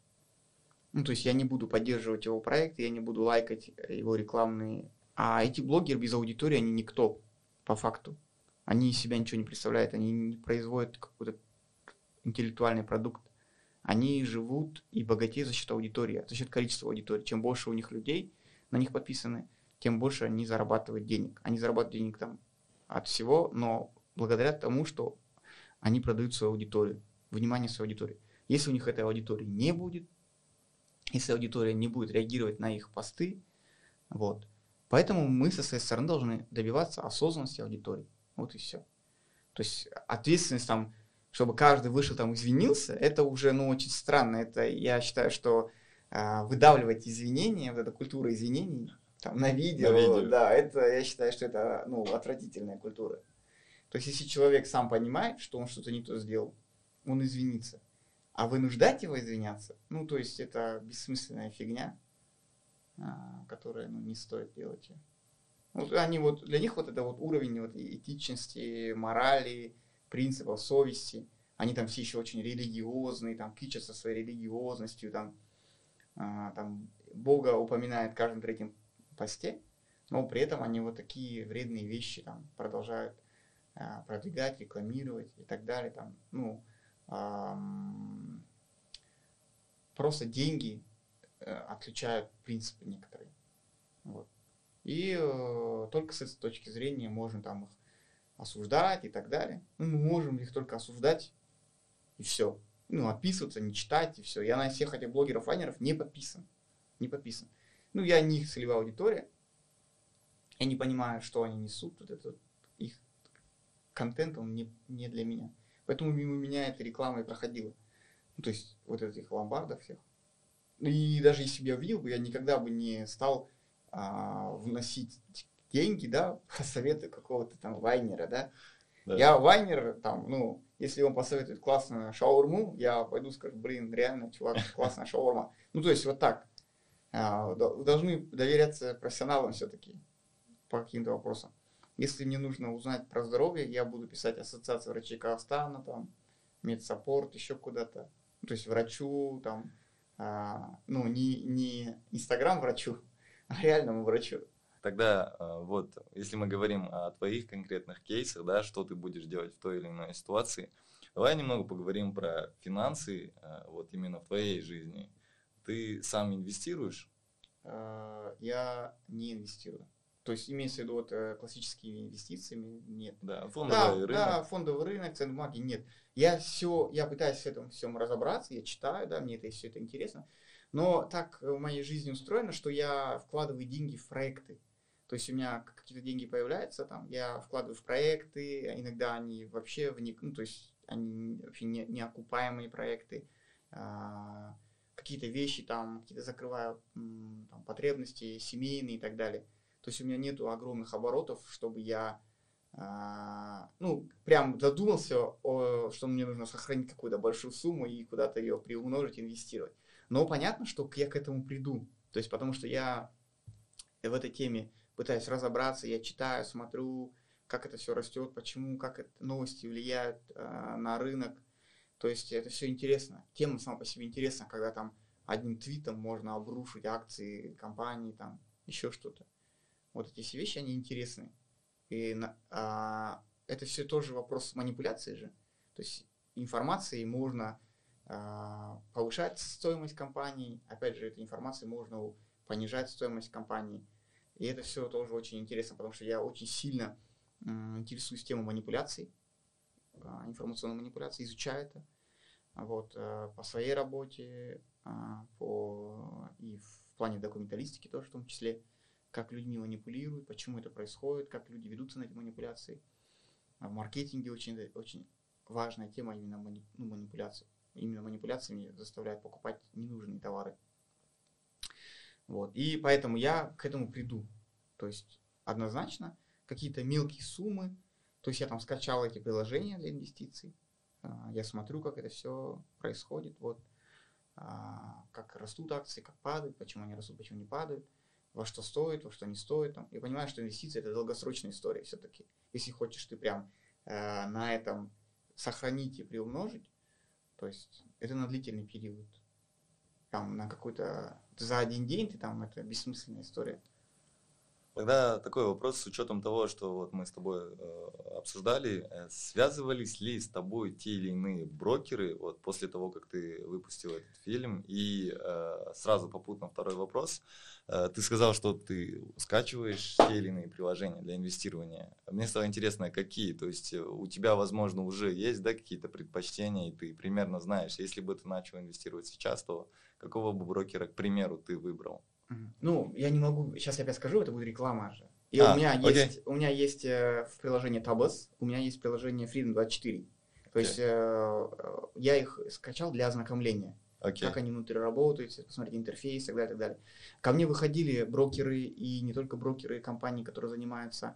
То есть я не буду поддерживать его проекты, я не буду лайкать его рекламные. А эти блогеры без аудитории, они никто, по факту. Они из себя ничего не представляют, они не производят какой-то интеллектуальный продукт. Они живут и богатеют за счет аудитории, за счет количества аудитории. Чем больше у них людей на них подписаны, тем больше они зарабатывают денег. Они зарабатывают денег там от всего, но благодаря тому, что они продают свою аудиторию, внимание своей аудитории. Если у них этой аудитории не будет, если аудитория не будет реагировать на их посты, вот. Поэтому мы со своей стороны должны добиваться осознанности аудитории. Вот и все. То есть ответственность там, чтобы каждый вышел там извинился, это уже, ну, очень странно. Это, я считаю, что выдавливать извинения, вот эта культура извинений, там, на видео, да, это, я считаю, что это, ну, отвратительная культура. То есть, если человек сам понимает, что он что-то не то сделал, он извинится. А вынуждать его извиняться, ну, то есть, это бессмысленная фигня, которая, ну, не стоит делать. Вот они вот, для них вот это вот уровень вот этичности, морали, принципов, совести, они там все еще очень религиозные, там кичатся своей религиозностью, там Бога упоминает в каждом третьем посте, но при этом они вот такие вредные вещи там продолжают продвигать, рекламировать и так далее. Там, ну, просто деньги отключают принципы некоторые. Вот. И только с этой точки зрения можно там их осуждать и так далее. Ну, мы можем их только осуждать, и все. Ну, отписываться, не читать, и все. Я на всех этих блогеров-лайнеров не подписан. Не подписан. Ну, я не их целевая аудитория. Я не понимаю, что они несут. Вот это, их контент, он не для меня. Поэтому мимо меня эта реклама и проходила. Ну, то есть, вот этих ломбардов всех. И даже если бы я видел, я никогда бы не стал вносить деньги, да, по совету какого-то там вайнера, да. Я вайнер, там, ну, если он посоветует классную шаурму, я пойду скажу, блин, реально, чувак, классная шаурма. Ну, то есть, вот так. Должны доверяться профессионалам все-таки по каким-то вопросам. Если мне нужно узнать про здоровье, я буду писать Ассоциацию врачей Казахстана, там, медсаппорт, еще куда-то. Ну, то есть, врачу, там, ну, не Инстаграм врачу, а реальному врачу. Тогда вот, если мы говорим о твоих конкретных кейсах, да, что ты будешь делать в той или иной ситуации, давай немного поговорим про финансы, вот именно в твоей жизни. Ты сам инвестируешь? Я не инвестирую. То есть имеется в виду вот классическими инвестициями нет. Да, фондовый рынок. Да, фондовый рынок, ценные бумаги нет. Я пытаюсь в этом всем разобраться, я читаю, да, мне все это интересно. Но так в моей жизни устроено, что я вкладываю деньги в проекты. То есть у меня какие-то деньги появляются, там, я вкладываю в проекты, иногда они вообще ну, то есть они вообще не окупаемые проекты, какие-то вещи там, какие-то закрываю там, потребности семейные и так далее. То есть у меня нету огромных оборотов, чтобы я ну, прям задумался, что мне нужно сохранить какую-то большую сумму и куда-то ее приумножить, инвестировать. Но понятно, что я к этому приду. То есть потому что я в этой теме пытаюсь разобраться, я читаю, смотрю, как это все растет, почему, как это, новости влияют на рынок. То есть это все интересно. Тема сама по себе интересна, когда там одним твитом можно обрушить акции компании, там еще что-то. Вот эти все вещи, они интересны. И это все тоже вопрос манипуляции же. То есть информацией можно повышать стоимость компании. Опять же, этой информацией можно понижать стоимость компании. И это все тоже очень интересно, потому что я очень сильно интересуюсь темой манипуляций, информационной манипуляции, изучаю это. Вот, по своей работе, и в плане документалистики тоже в том числе, как людьми манипулируют, почему это происходит, как люди ведутся на эти манипуляции. В маркетинге очень, очень важная тема именно манипуляции. Именно манипуляциями заставляют покупать ненужные товары. Вот. И поэтому я к этому приду. То есть однозначно какие-то мелкие суммы. То есть я там скачал эти приложения для инвестиций. Я смотрю, как это все происходит. Вот. Как растут акции, как падают, почему они растут, почему не падают. Во что стоит, во что не стоит. Там. Я понимаю, что инвестиции это долгосрочная история все-таки. Если хочешь ты прям на этом сохранить и приумножить, то есть это на длительный период. Там на какой-то за один день ты там, это бессмысленная история. Тогда такой вопрос с учетом того, что вот мы с тобой обсуждали, связывались ли с тобой те или иные брокеры вот после того, как ты выпустил этот фильм? И сразу попутно второй вопрос. Ты сказал, что ты скачиваешь те или иные приложения для инвестирования. Мне стало интересно, какие? То есть у тебя, возможно, уже есть, да, какие-то предпочтения, и ты примерно знаешь, если бы ты начал инвестировать сейчас, то какого бы брокера, к примеру, ты выбрал? Ну, я не могу, сейчас я опять скажу, это будет реклама же. И Окей. у меня есть в приложении Tabas, у меня есть приложение Freedom24. То Окей. есть я их скачал для ознакомления. Окей. Как они внутри работают, посмотреть интерфейс и так далее, и так далее. Ко мне выходили брокеры, и не только брокеры, компании, которые занимаются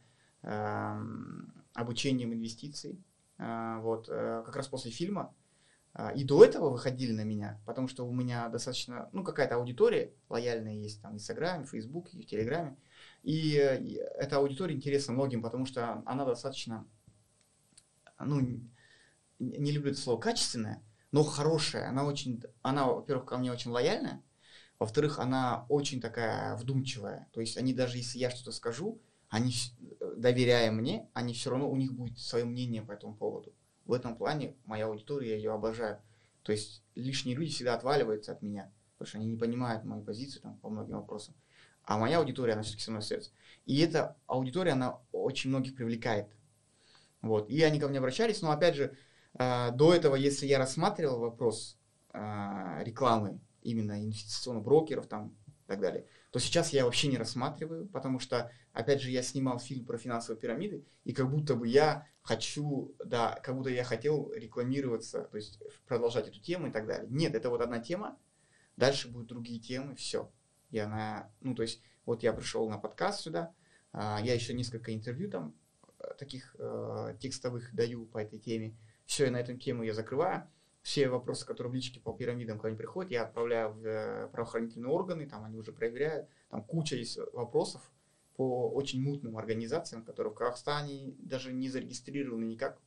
обучением инвестиций. Вот, как раз после фильма. И до этого выходили на меня, потому что у меня достаточно, ну, какая-то аудитория лояльная есть там в Инстаграме, в Фейсбуке, в Телеграме. И эта аудитория интересна многим, потому что она достаточно, ну, не люблю это слово качественная, но хорошая. Она, во-первых, ко мне очень лояльная, во-вторых, она очень такая вдумчивая. То есть они даже если я что-то скажу, они, доверяя мне, они все равно, у них будет свое мнение по этому поводу. В этом плане моя аудитория, я ее обожаю. То есть лишние люди всегда отваливаются от меня, потому что они не понимают мою позицию там, по многим вопросам. А моя аудитория, она все-таки со мной остается. И эта аудитория, она очень многих привлекает. Вот. И они ко мне обращались, но опять же, до этого, если я рассматривал вопрос рекламы, именно инвестиционных брокеров там и так далее, то сейчас я вообще не рассматриваю, потому что, опять же, я снимал фильм про финансовые пирамиды, и как будто бы я хочу, да, как будто я хотел рекламироваться, то есть продолжать эту тему и так далее. Нет, это вот одна тема, дальше будут другие темы, все. Ну, то есть, вот я пришел на подкаст сюда, я еще несколько интервью там таких текстовых даю по этой теме. Все, и на эту тему я закрываю. Все вопросы, которые в личке по пирамидам ко мне приходят, я отправляю в правоохранительные органы, там они уже проверяют. Там куча есть вопросов по очень мутным организациям, которые в Казахстане даже не зарегистрированы никак.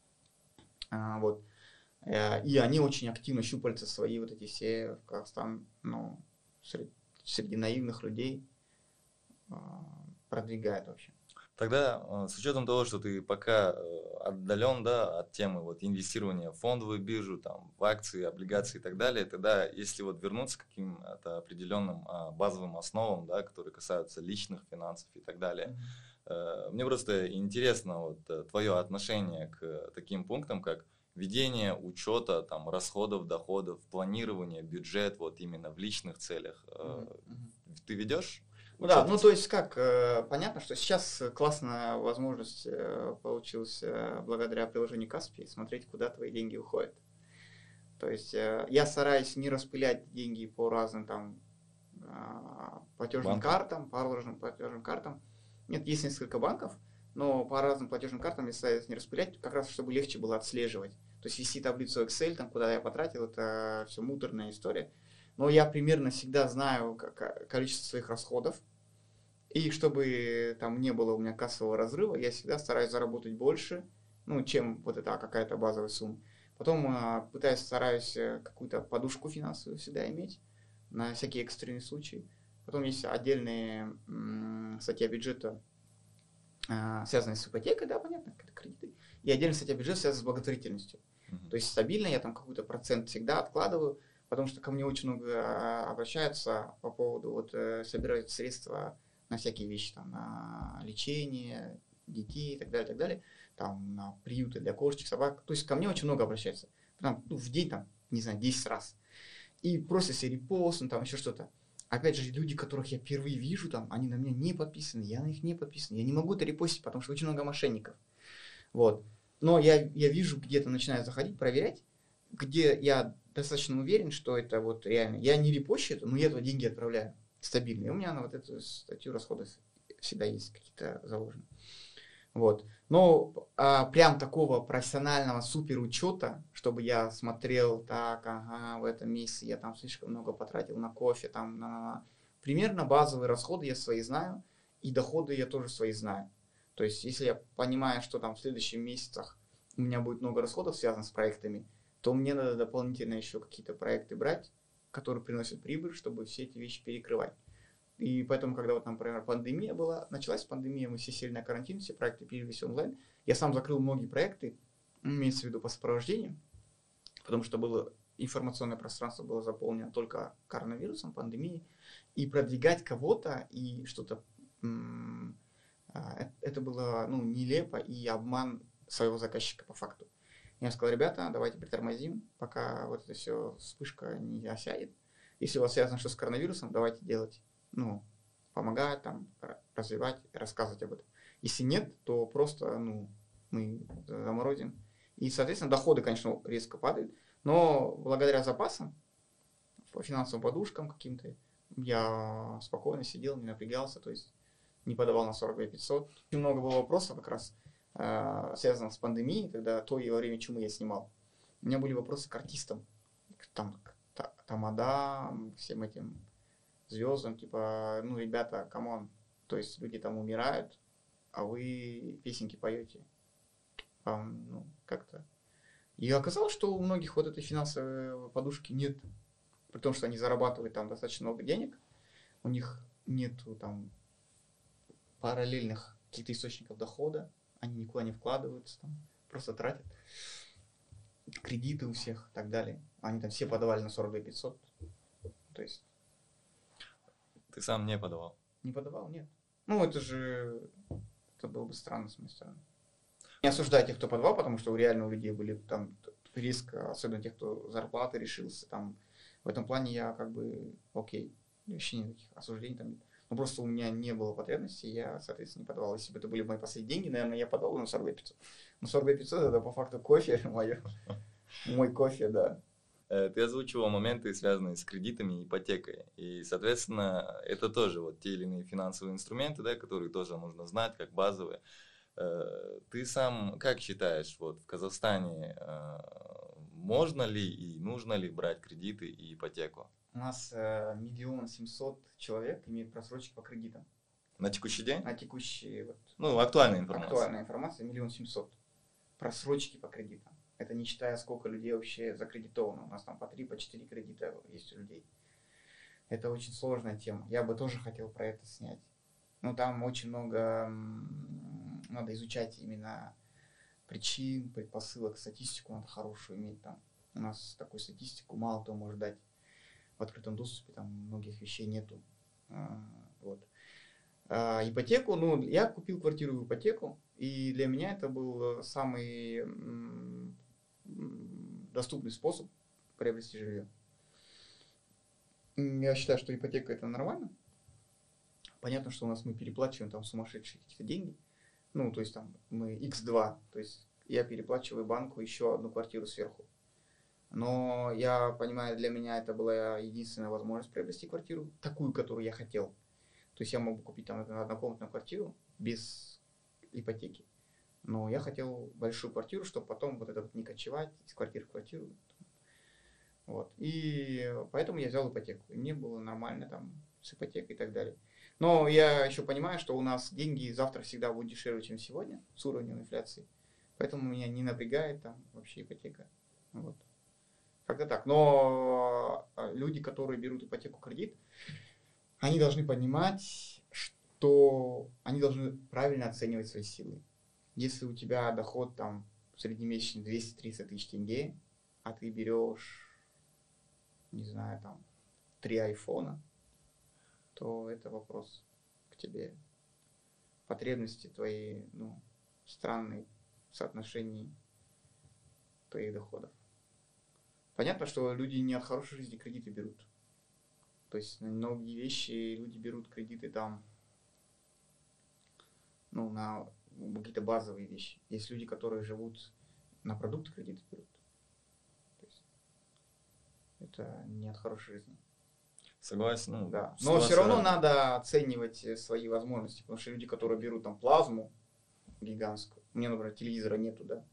Вот. И они очень активно щупальца свои вот эти все в Казахстан, ну, среди наивных людей продвигают вообще. Тогда с учетом того, что ты пока отдален, да, от темы вот инвестирования в фондовую биржу, там, в акции, облигации и так далее, тогда если вот вернуться к каким-то определенным базовым основам, да, которые касаются личных финансов и так далее, мне просто интересно вот твое отношение к таким пунктам, как ведение учета там, расходов, доходов, планирование, бюджет вот именно в личных целях. Ты ведешь? Ну да, ну то есть как, понятно, что сейчас классная возможность получилась благодаря приложению Каспи смотреть, куда твои деньги уходят. То есть я стараюсь не распылять деньги по разным там платежным картам, по разным платежным картам. Нет, есть несколько банков, но по разным платежным картам я стараюсь не распылять, как раз чтобы легче было отслеживать. То есть вести таблицу Excel, там, куда я потратил, это все муторная история. Но я примерно всегда знаю количество своих расходов. И чтобы там не было у меня кассового разрыва, я всегда стараюсь заработать больше, ну, чем вот эта какая-то базовая сумма. Потом стараюсь какую-то подушку финансовую всегда иметь на всякие экстренные случаи. Потом есть отдельные статья бюджета, связанные с ипотекой, да, понятно, это кредиты. И отдельная статья бюджета связана с благотворительностью. То есть стабильно я там какой-то процент всегда откладываю, потому что ко мне очень много обращаются по поводу, вот собирают средства на всякие вещи, там, на лечение детей и так далее, там, на приюты для кошечек, собак. То есть ко мне очень много обращаются. Там, ну, в день, там, не знаю, 10 раз. И просят себе репост, ну, там, еще что-то. Опять же, люди, которых я впервые вижу, там, они на меня не подписаны, я на них не подписан. Я не могу это репостить, потому что очень много мошенников. Вот. Но я вижу, где-то начинаю заходить, проверять, где я достаточно уверен, что это вот реально. Я не репощу это, но я туда деньги отправляю стабильно. И у меня на вот эту статью расходов всегда есть какие-то заложены. Вот. Но прям такого профессионального супер учета, чтобы я смотрел, так, ага, в этом месяце я там слишком много потратил на кофе, там, примерно базовые расходы я свои знаю, и доходы я тоже свои знаю. То есть, если я понимаю, что там в следующих месяцах у меня будет много расходов, связанных с проектами, то мне надо дополнительно еще какие-то проекты брать, которые приносят прибыль, чтобы все эти вещи перекрывать. И поэтому, когда вот, например, пандемия была, началась пандемия, мы все сели на карантин, все проекты перевелись онлайн. Я сам закрыл многие проекты, имеется в виду по сопровождению, потому что было информационное пространство было заполнено только коронавирусом, пандемией, и продвигать кого-то и что-то, это было нелепо и обман своего заказчика по факту. Я сказал, ребята, давайте притормозим, пока вот эта все вспышка не осядет. Если у вас связано что с коронавирусом, давайте делать, помогать, там, развивать, рассказывать об этом. Если нет, то просто, мы заморозим. И, соответственно, доходы, конечно, резко падают, но благодаря запасам, по финансовым подушкам каким-то, я спокойно сидел, не напрягался, то есть не подавал на 42 500. Очень много было вопросов как раз, связанных с пандемией, когда то и во время чумы я снимал. У меня были вопросы к артистам, там, тамадам, всем этим звездам, типа, ребята, камон, то есть люди там умирают, а вы песенки поете. Как-то. И оказалось, что у многих вот этой финансовой подушки нет, при том, что они зарабатывают там достаточно много денег, у них нету там параллельных каких-то источников дохода, они никуда не вкладываются, там, просто тратят. Кредиты у всех и так далее. Они там все подавали на 42 500. То есть... Ты сам не подавал? Не подавал, нет. Это было бы странно с моей стороны. Не осуждаю тех, кто подавал, потому что реально у людей были там риск, особенно тех, кто зарплаты решился. Там. В этом плане я окей. Вообще никаких осуждений там нет. Но просто у меня не было потребности, я, соответственно, не подавал. Если бы это были мои последние деньги, наверное, я подавал на 42 500. Но 42 500 это по факту кофе мой кофе, да. Ты озвучивал моменты, связанные с кредитами и ипотекой. И, соответственно, это тоже вот те или иные финансовые инструменты, да, которые тоже нужно знать, как базовые. Ты сам как считаешь, вот в Казахстане можно ли и нужно ли брать кредиты и ипотеку? У нас 1 700 000 человек имеют просрочки по кредитам. На текущий день? На текущий... актуальная информация. Актуальная информация, 1 700 000. Просрочки по кредитам. Это не считая, сколько людей вообще закредитовано. У нас там по 3, по 4 кредита есть у людей. Это очень сложная тема. Я бы тоже хотел про это снять. Но там очень много... Надо изучать именно причин, предпосылок, статистику надо хорошую иметь там. У нас такую статистику мало кто может дать. В открытом доступе там многих вещей нету. Вот. Ипотеку, я купил квартиру в ипотеку, и для меня это был самый доступный способ приобрести жилье. Я считаю, что ипотека это нормально. Понятно, что у нас мы переплачиваем там сумасшедшие какие-то деньги. То есть там мы x2, то есть я переплачиваю банку еще одну квартиру сверху. Но я понимаю, для меня это была единственная возможность приобрести квартиру, такую, которую я хотел. То есть я могу купить там однокомнатную квартиру без ипотеки. Но я хотел большую квартиру, чтобы потом вот это вот не кочевать из квартиры в квартиру. Вот. И поэтому я взял ипотеку. И мне было нормально там с ипотекой и так далее. Но я еще понимаю, что у нас деньги завтра всегда будут дешевле, чем сегодня, с уровнем инфляции. Поэтому меня не напрягает там вообще ипотека. Вот. Как-то так. Но люди, которые берут ипотеку, кредит, они должны понимать, что они должны правильно оценивать свои силы. Если у тебя доход там среднемесячный 230 тысяч тенге, а ты берешь, не знаю, там 3 айфона, то это вопрос к тебе. Потребности твои, странные в соотношении твоих доходов. Понятно, что люди не от хорошей жизни кредиты берут. То есть на многие вещи люди берут кредиты там, на какие-то базовые вещи. Есть люди, которые живут на продукты, кредиты берут. То есть это не от хорошей жизни. Согласен. Да. Но все равно надо оценивать свои возможности, потому что люди, которые берут там плазму гигантскую, у меня, например, телевизора нету, да,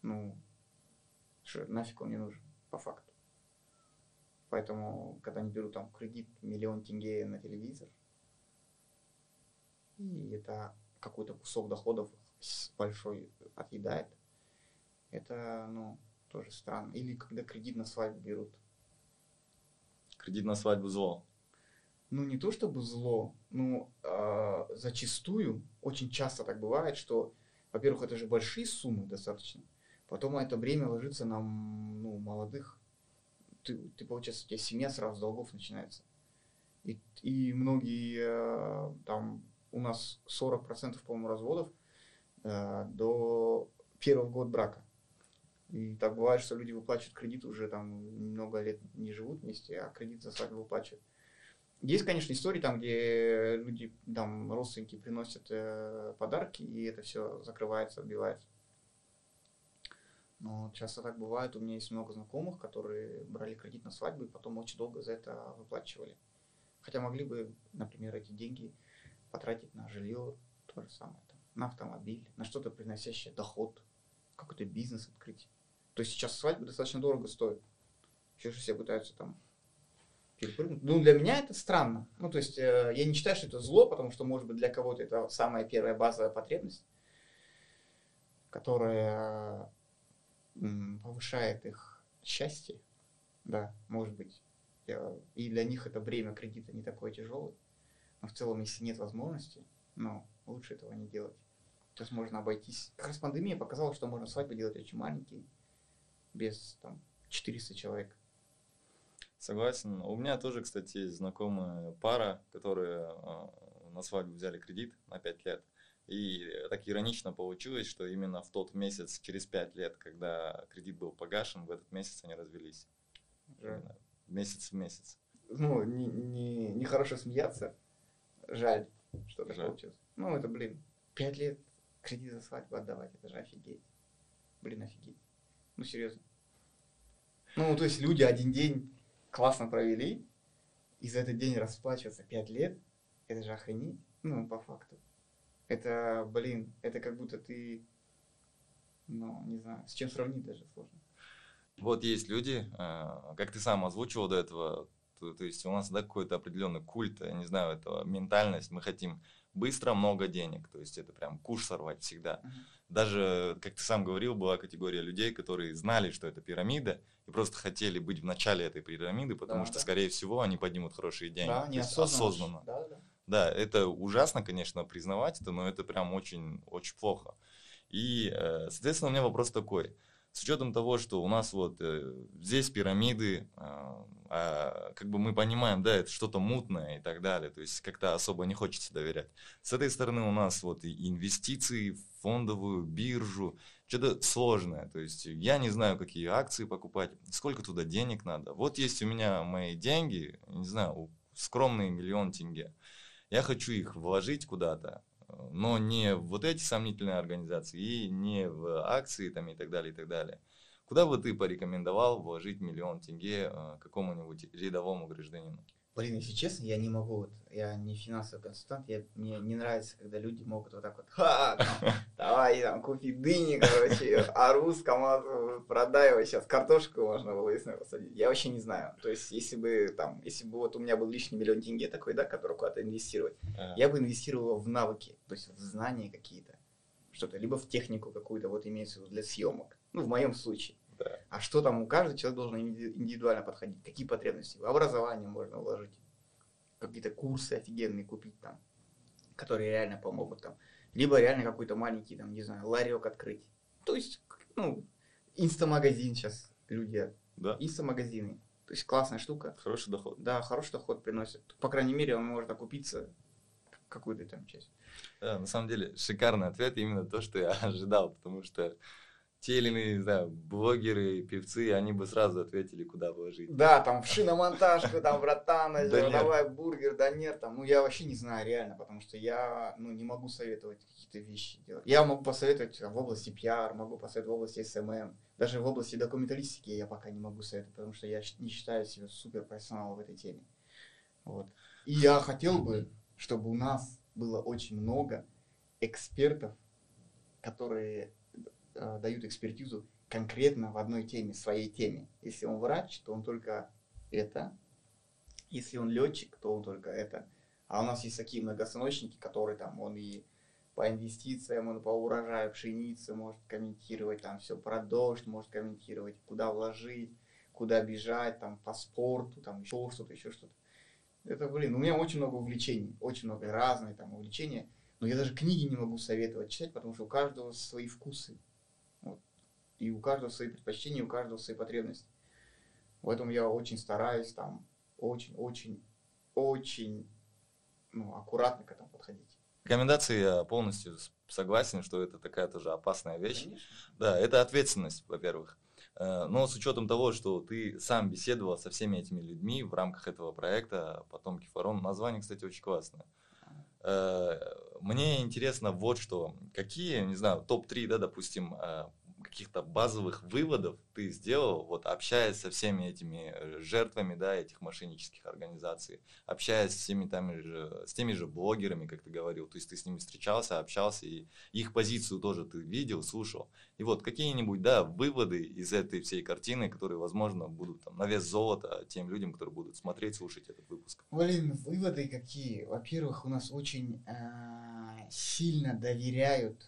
нафиг он мне нужен, по факту. Поэтому, когда они берут там кредит 1 000 000 тенге на телевизор, и это какой-то кусок доходов большой отъедает, это, тоже странно. Или когда кредит на свадьбу берут. Кредит на свадьбу зло. ну, не то чтобы зло, но зачастую, очень часто так бывает, что, во-первых, это же большие суммы достаточно, потом это бремя ложится на, ну, молодых. Ты, получается, у тебя семья сразу с долгов начинается. И многие, там, у нас 40%, по-моему, разводов до первого года брака. И так бывает, что люди выплачивают кредит, уже там много лет не живут вместе, а кредит за свадьбу выплачивают. Есть, конечно, истории там, где люди, там, родственники приносят подарки, и это все закрывается, отбивается. Но часто так бывает. У меня есть много знакомых, которые брали кредит на свадьбу и потом очень долго за это выплачивали. Хотя могли бы, например, эти деньги потратить на жилье, то же самое, там, на автомобиль, на что-то приносящее доход, какой-то бизнес открыть. То есть сейчас свадьбы достаточно дорого стоят. Еще же все пытаются там перепрыгнуть. Ну, для меня это странно. Ну, то есть я не считаю, что это зло, потому что, может быть, для кого-то это самая первая базовая потребность, которая повышает их счастье. Да, может быть. И для них это бремя кредита не такое тяжелое. Но в целом, если нет возможности, ну, лучше этого не делать. Сейчас можно обойтись. Как раз пандемия показала, что можно свадьбы делать очень маленькие, без там 400 человек. Согласен. У меня тоже, кстати, есть знакомая пара, которые на свадьбу взяли кредит на 5 лет. И так иронично получилось, что именно в тот месяц, через 5 лет, когда кредит был погашен, в этот месяц они развелись. Именно месяц в месяц. Ну, не хорошо смеяться. Жаль, что так получилось. Ну, это, блин, 5 лет кредит за свадьбу отдавать, это же офигеть. Блин, офигеть. Ну, серьезно. Ну, то есть люди один день классно провели, и за этот день расплачиваться 5 лет, это же охренеть. Ну, по факту. Это, блин, это как будто ты, ну, не знаю, с чем сравнить даже сложно. Вот есть люди, как ты сам озвучивал до этого, то есть у нас, да, какой-то определенный культ, я не знаю, это ментальность, мы хотим быстро много денег, то есть это прям куш сорвать всегда. Даже, как ты сам говорил, была категория людей, которые знали, что это пирамида, и просто хотели быть в начале этой пирамиды, потому что, скорее всего, они поднимут хорошие деньги. Да, неосознанно. Да, это ужасно, конечно, признавать это, но это прям очень, очень плохо. И, соответственно, у меня вопрос такой. С учетом того, что у нас вот здесь пирамиды, как бы мы понимаем, да, это что-то мутное и так далее, то есть как-то особо не хочется доверять. С этой стороны у нас вот и инвестиции в фондовую биржу, что-то сложное, то есть я не знаю, какие акции покупать, сколько туда денег надо. Вот есть у меня мои деньги, не знаю, скромные 1 000 000 тенге. Я хочу их вложить куда-то, но не в вот эти сомнительные организации и не в акции там, и так далее, и так далее. Куда бы ты порекомендовал вложить 1 000 000 тенге какому-нибудь рядовому гражданину? Блин, если честно, я не могу, вот, я не финансовый консультант, мне не нравится, когда люди могут вот так вот, давай там купи дыни, короче, а русскому продай его сейчас, картошку можно было весной посадить. Я вообще не знаю, то есть если бы вот у меня был лишний 1 000 000 тенге такой, да, который куда-то инвестировать, я бы инвестировал в навыки, то есть в знания какие-то, что-то, либо в технику какую-то, вот имеется в виду для съемок, ну, в моем случае. Да. А что там, у каждого человек должен индивидуально подходить. Какие потребности? В образование можно вложить. Какие-то курсы офигенные купить там, которые реально помогут там. Либо реально какой-то маленький, там, не знаю, ларек открыть. То есть, ну, инстамагазин сейчас люди. Да. Инстамагазины. То есть классная штука. Хороший доход. Да, хороший доход приносит. По крайней мере, он может окупиться какую-то там часть. Да, на самом деле, шикарный ответ, именно то, что я ожидал, потому что те или иные, не знаю, блогеры, певцы, они бы сразу ответили, куда вложить. Да, там в шиномонтажку, там, братан, давай бургер, донер, там, ну, я вообще не знаю реально, потому что я, ну, не могу советовать какие-то вещи делать. Я могу посоветовать в области пиар, могу посоветовать в области СММ, даже в области документалистики я пока не могу советовать, потому что я не считаю себя суперпрофессионалом в этой теме. Вот. И я хотел бы, чтобы у нас было очень много экспертов, которые дают экспертизу конкретно в одной теме, своей теме. Если он врач, то он только это. Если он летчик, то он только это. А у нас есть такие многостаночники, которые там, он и по инвестициям, он по урожаю пшеницы может комментировать, там все про дождь может комментировать, куда вложить, куда бежать, там по спорту, там еще что-то, еще что-то. Это, блин, у меня очень много увлечений, очень много разных там увлечений, но я даже книги не могу советовать читать, потому что у каждого свои вкусы, вот, и у каждого свои предпочтения, и у каждого свои потребности. Поэтому я очень стараюсь там очень, ну, аккуратно к этому подходить. Рекомендации я полностью согласен, что это такая тоже опасная вещь. Конечно. Да, это ответственность, во-первых. Но с учетом того, что ты сам беседовал со всеми этими людьми в рамках этого проекта «Потомки Фараона», название, кстати, очень классное. Мне интересно вот что. Какие, не знаю, топ-3, да, допустим, каких-то базовых выводов ты сделал, вот общаясь со всеми этими жертвами, да, этих мошеннических организаций, общаясь с теми же блогерами, как ты говорил, то есть ты с ними встречался, общался, и их позицию тоже ты видел, слушал. И вот какие-нибудь, да, выводы из этой всей картины, которые, возможно, будут там на вес золота тем людям, которые будут смотреть, слушать этот выпуск. Блин, выводы какие? Во-первых, у нас очень сильно доверяют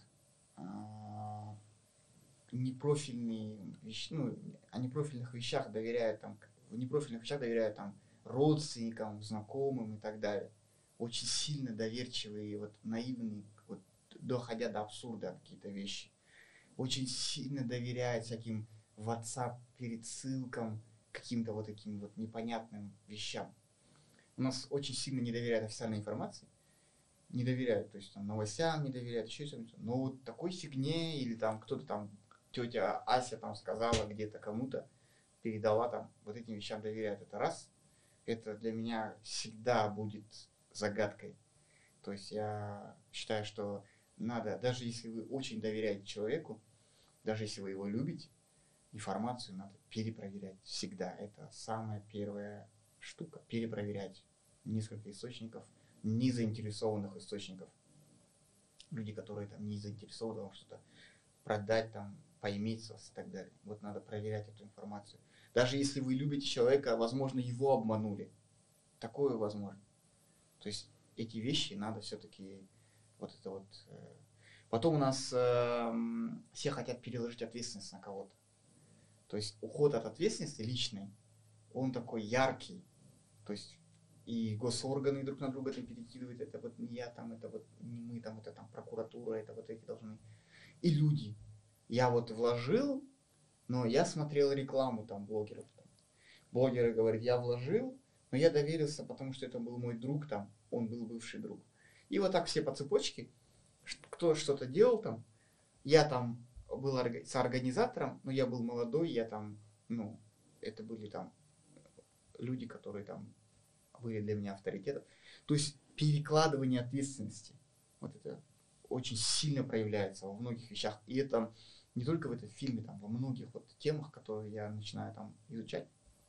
непрофильные вещи, ну, о непрофильных вещах доверяют там, в непрофильных вещах доверяют там родственникам, знакомым и так далее. Очень сильно доверчивые, вот наивные, вот, доходя до абсурда какие-то вещи. Очень сильно доверяют всяким WhatsApp пересылкам, каким-то вот таким вот непонятным вещам. У нас очень сильно не доверяют официальной информации, не доверяют, то есть там, новостям не доверяют, еще что-то. Но вот такой фигне, или там кто-то там, тетя Ася там сказала где-то кому-то, передала там, вот этим вещам доверяют. Это раз, это для меня всегда будет загадкой. То есть я считаю, что надо, даже если вы очень доверяете человеку, даже если вы его любите, информацию надо перепроверять всегда. Это самая первая штука. Перепроверять несколько источников, незаинтересованных источников. Люди, которые там не заинтересованы, там что-то продать, там, поиметь вас и так далее. Вот надо проверять эту информацию. Даже если вы любите человека, возможно, его обманули. Такое возможно. То есть эти вещи надо все-таки вот это вот... Потом у нас все хотят переложить ответственность на кого-то. То есть уход от ответственности личной, он такой яркий. То есть и госорганы друг на друга там перекидывают, это вот не я там, это вот не мы там, это там прокуратура, это вот эти должны. И люди. Я вот вложил, но я смотрел рекламу там блогеров. Там. Блогеры говорят, я вложил, но я доверился, потому что это был мой друг там, он был бывший друг. И вот так все по цепочке, кто что-то делал там, я там был соорганизатором, но я был молодой, я там, ну, это были там люди, которые там были для меня авторитетом. То есть перекладывание ответственности, вот это очень сильно проявляется во многих вещах. И это не только в этом фильме, там, во многих вот темах, которые я начинаю там изучать.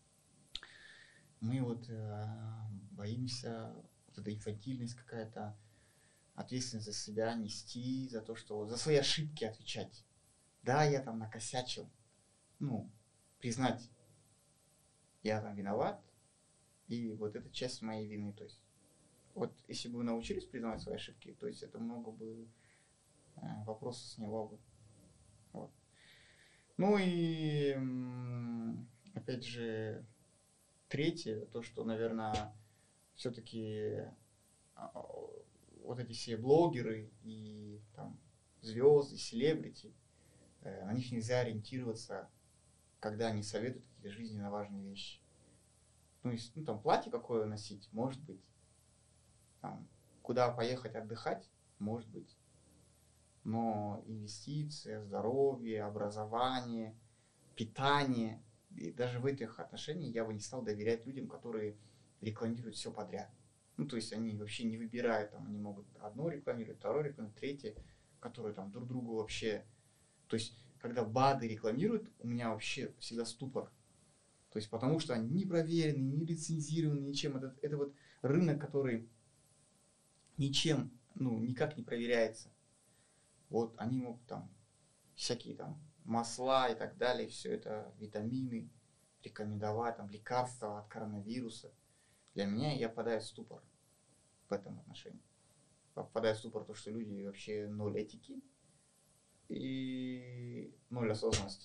Мы вот боимся, вот эта инфантильность какая-то, ответственность за себя нести, за то, что за свои ошибки отвечать. Да, я там накосячил, ну, признать, я там виноват, и вот это часть моей вины. То есть, вот если бы вы научились признавать свои ошибки, то есть это много бы вопросов сняло бы. Вот. Ну и опять же, третье, то, что, наверное, все-таки вот эти все блогеры и там звезды, селебрити, на них нельзя ориентироваться, когда они советуют какие-то жизненно важные вещи. Ну, ну там платье какое носить, может быть. Там, куда поехать отдыхать, может быть. Но инвестиции, здоровье, образование, питание, и даже в этих отношениях я бы не стал доверять людям, которые рекламируют все подряд. Ну, то есть они вообще не выбирают, там, они могут одно рекламировать, второе рекламировать, третье, которые там друг другу вообще... То есть, когда БАДы рекламируют, у меня вообще всегда ступор. То есть, потому что они не проверены, не лицензированы ничем. Это вот рынок, который ничем, ну, никак не проверяется. Вот они могут там всякие там масла и так далее, все это, витамины рекомендовать, там, лекарства от коронавируса. Для меня я впадаю в ступор в этом отношении. Впадаю в ступор то, что люди вообще ноль этики и ноль осознанности.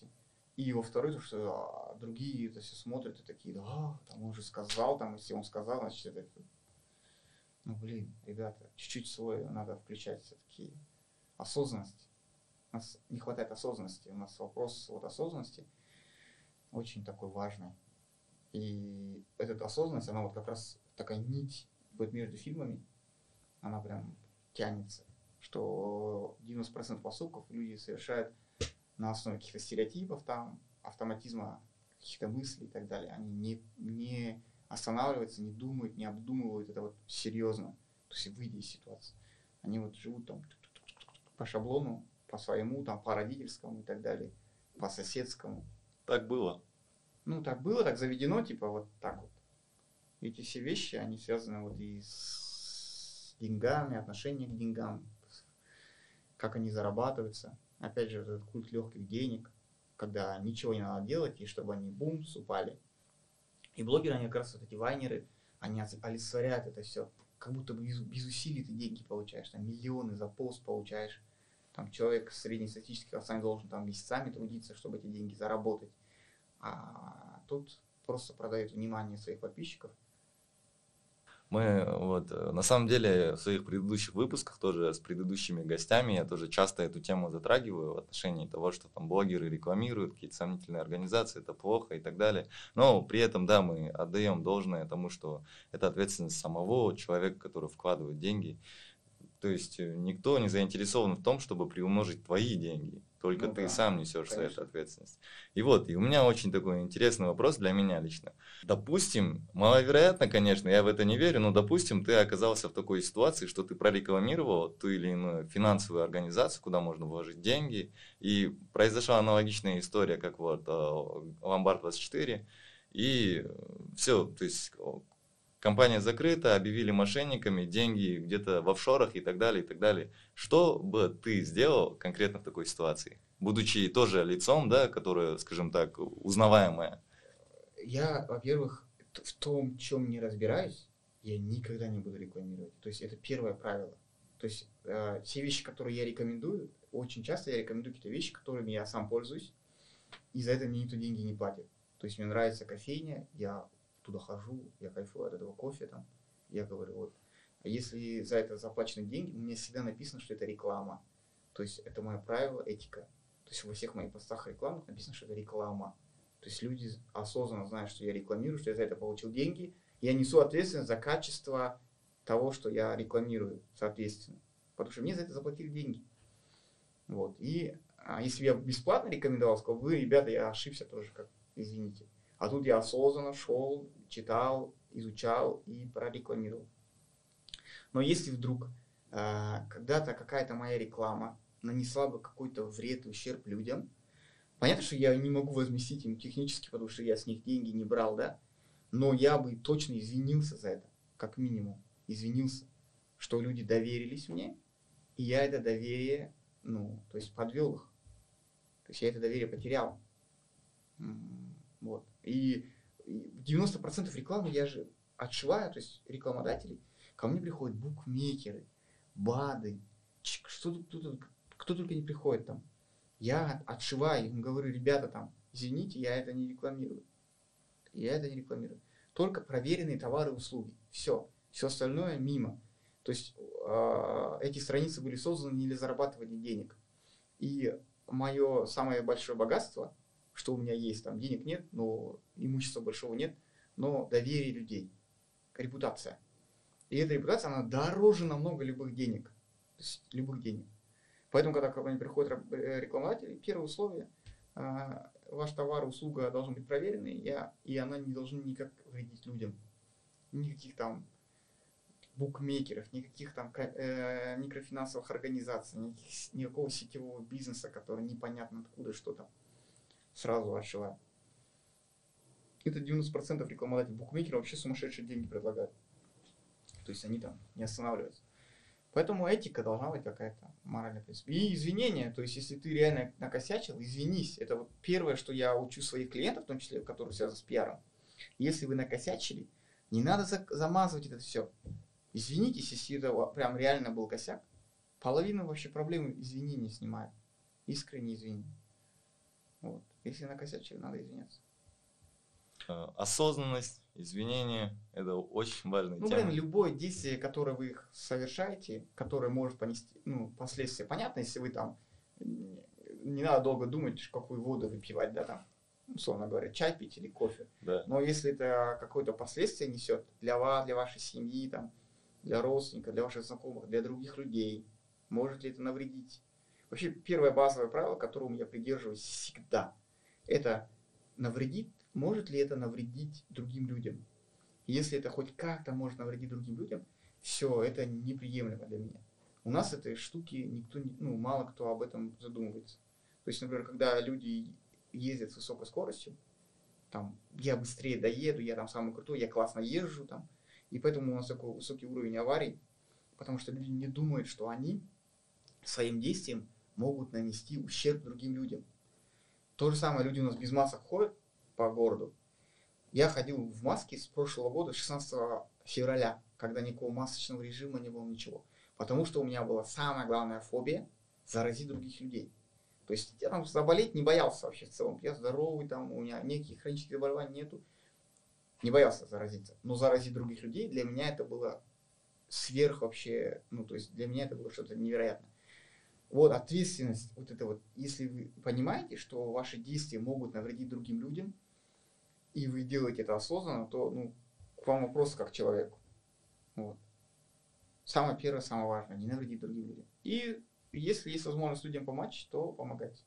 И во-вторых, то, что другие это все смотрят и такие, да, там он же сказал, там, если он сказал, значит это... Ну, блин, ребята, чуть-чуть свой надо включать все-таки осознанность. У нас не хватает осознанности. У нас вопрос вот осознанности очень такой важный. И эта осознанность, она вот как раз такая нить будет между фильмами, она прям тянется, что 90% поступков люди совершают на основе каких-то стереотипов, там, автоматизма, каких-то мыслей и так далее. Они не останавливаются, не думают, не обдумывают это вот серьезно, то есть выйдя из ситуации. Они вот живут там по шаблону, по своему, там, по родительскому и так далее, по соседскому. Так было. Ну, так было, так заведено, типа вот так вот. Эти все вещи, они связаны вот и с деньгами, отношением к деньгам, как они зарабатываются. Опять же, этот культ легких денег, когда ничего не надо делать, и чтобы они бум, упали. И блогеры, они как раз вот эти вайнеры, они олицетворяют это все. Как будто бы без усилий ты деньги получаешь. Там миллионы за пост получаешь. Там человек среднестатистический пацан должен там месяцами трудиться, чтобы эти деньги заработать. А тут просто продают внимание своих подписчиков. Мы вот на самом деле в своих предыдущих выпусках тоже с предыдущими гостями я тоже часто эту тему затрагиваю в отношении того, что там блогеры рекламируют какие-то сомнительные организации, это плохо и так далее. Но при этом, да, мы отдаем должное тому, что это ответственность самого человека, который вкладывает деньги. То есть никто не заинтересован в том, чтобы приумножить твои деньги. Только Ну ты да, сам несешь за конечно. это ответственность. И вот, и у меня очень такой интересный вопрос для меня лично. Допустим, маловероятно, конечно, я в это не верю, но допустим, ты оказался в такой ситуации, что ты прорекламировал ту или иную финансовую организацию, куда можно вложить деньги, и произошла аналогичная история, как вот Ломбард24, и все, то есть компания закрыта, объявили мошенниками, деньги где-то в офшорах и так далее, и так далее. Что бы ты сделал конкретно в такой ситуации? Будучи тоже лицом, да, которое, скажем так, узнаваемое. Я, во-первых, в том, чем не разбираюсь, я никогда не буду рекламировать. То есть это первое правило. То есть все вещи, которые я рекомендую, очень часто я рекомендую какие-то вещи, которыми я сам пользуюсь, и за это мне никто деньги не платит. То есть мне нравится кофейня, я туда хожу, я кайфую от этого кофе там, я говорю, вот. А если за это заплачены деньги, у меня всегда написано, что это реклама. То есть это мое правило, этика. То есть во всех моих постах рекламных написано, что это реклама. То есть люди осознанно знают, что я рекламирую, что я за это получил деньги. Я несу ответственность за качество того, что я рекламирую, соответственно. Потому что мне за это заплатили деньги. Вот. И если я бесплатно рекомендовал, сказал, вы, ребята, я ошибся тоже, как, извините. А тут я осознанно шел, читал, изучал и прорекламировал. Но если вдруг когда-то какая-то моя реклама нанесла бы какой-то вред, ущерб людям, понятно, что я не могу возместить им технически, потому что я с них деньги не брал, да, но я бы точно извинился за это, как минимум, извинился, что люди доверились мне, и я это доверие, ну, то есть подвел их, то есть я это доверие потерял. Вот. И 90% рекламы я же отшиваю, то есть рекламодателей. Ко мне приходят букмекеры, БАДы, кто только не приходит там. Я отшиваю им, говорю, ребята, там, извините, я это не рекламирую. Я это не рекламирую. Только проверенные товары и услуги. Все. Все остальное мимо. То есть эти страницы были созданы не для зарабатывания денег. И мое самое большое богатство, что у меня есть, там денег нет, но имущества большого нет, но доверие людей, репутация. И эта репутация, она дороже намного любых денег. То есть любых денег. Поэтому, когда ко мне приходят рекламодатели, первое условие, ваш товар, услуга должны быть проверены, и она не должна никак вредить людям. Никаких там букмекеров, никаких там микрофинансовых организаций, никакого сетевого бизнеса, который непонятно откуда что там. Сразу отшиваю. Это 90% рекламодателей. Букмекеры вообще сумасшедшие деньги предлагают. То есть они там не останавливаются. Поэтому этика должна быть какая-то моральная принцип. И извинения, то есть если ты реально накосячил, извинись. Это вот первое, что я учу своих клиентов, в том числе, которые связаны с пиаром. Если вы накосячили, не надо замазывать это все. Извинитесь, если это прям реально был косяк. Половину вообще проблемы извинения снимает. Искренние извинения. Вот. Если накосячили, надо извиняться. Осознанность, извинения – это очень важная Ну, тема. блин, любое действие, которое вы их совершаете, которое может понести, ну, последствия. Понятно, если вы там, не надо долго думать, какую воду выпивать, да, там, условно говоря, чай пить или кофе. Да. Но если это какое-то последствие несет для вас, для вашей семьи, там, для родственников, для ваших знакомых, для других людей, может ли это навредить? Вообще, первое базовое правило, которому я придерживаюсь всегда, это может ли это навредить другим людям? Если это хоть как-то может навредить другим людям, все, это неприемлемо для меня. У нас этой штуки никто, мало кто об этом задумывается. То есть, например, когда люди ездят с высокой скоростью, там, я быстрее доеду, я там самый крутой, я классно езжу, там, и поэтому у нас такой высокий уровень аварий, потому что люди не думают, что они своим действием могут нанести ущерб другим людям. То же самое люди у нас без масок ходят по городу. Я ходил в маске с прошлого года, 16 февраля, когда никакого масочного режима не было, ничего. Потому что у меня была самая главная фобия заразить других людей. То есть я там заболеть не боялся вообще в целом. Я здоровый, там, у меня никаких хронических заболеваний нету. Не боялся заразиться. Но заразить других людей для меня это было сверх вообще, то есть для меня это было что-то невероятное. Вот ответственность, вот это вот, если вы понимаете, что ваши действия могут навредить другим людям, и вы делаете это осознанно, то к вам вопрос как к человеку. Вот. Самое первое, самое важное, не навредить другим людям. И если есть возможность людям помочь, то помогайте.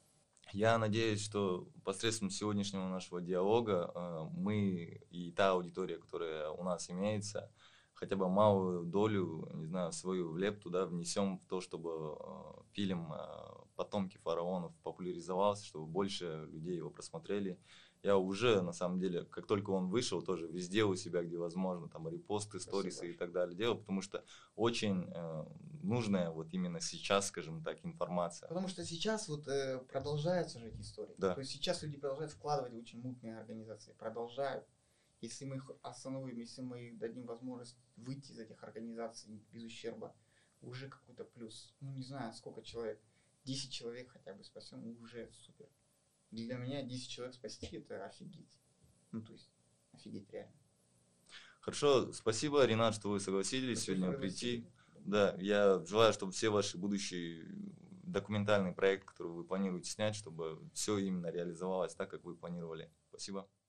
Я надеюсь, что посредством сегодняшнего нашего диалога мы и та аудитория, которая у нас имеется, хотя бы малую долю, не знаю, свою лепту, да, внесем в то, чтобы фильм «Потомки фараонов» популяризовался, чтобы больше людей его просмотрели. Я уже, на самом деле, как только он вышел, тоже везде у себя, где возможно, там репосты, сторисы и так далее делал, потому что очень нужная вот именно сейчас, скажем так, информация. Потому что сейчас вот продолжаются же эти истории. Да. То есть сейчас люди продолжают вкладывать в очень мутные организации, продолжают. Если мы их остановим, если мы им дадим возможность выйти из этих организаций без ущерба, уже какой-то плюс. Не знаю, сколько человек. 10 человек хотя бы спасем, уже супер. Для меня 10 человек спасти, это офигеть. То есть, офигеть реально. Хорошо, спасибо, Ринат, что вы согласились сегодня прийти. Да, я желаю, чтобы все ваши будущие документальные проекты, которые вы планируете снять, чтобы все именно реализовалось так, как вы планировали. Спасибо.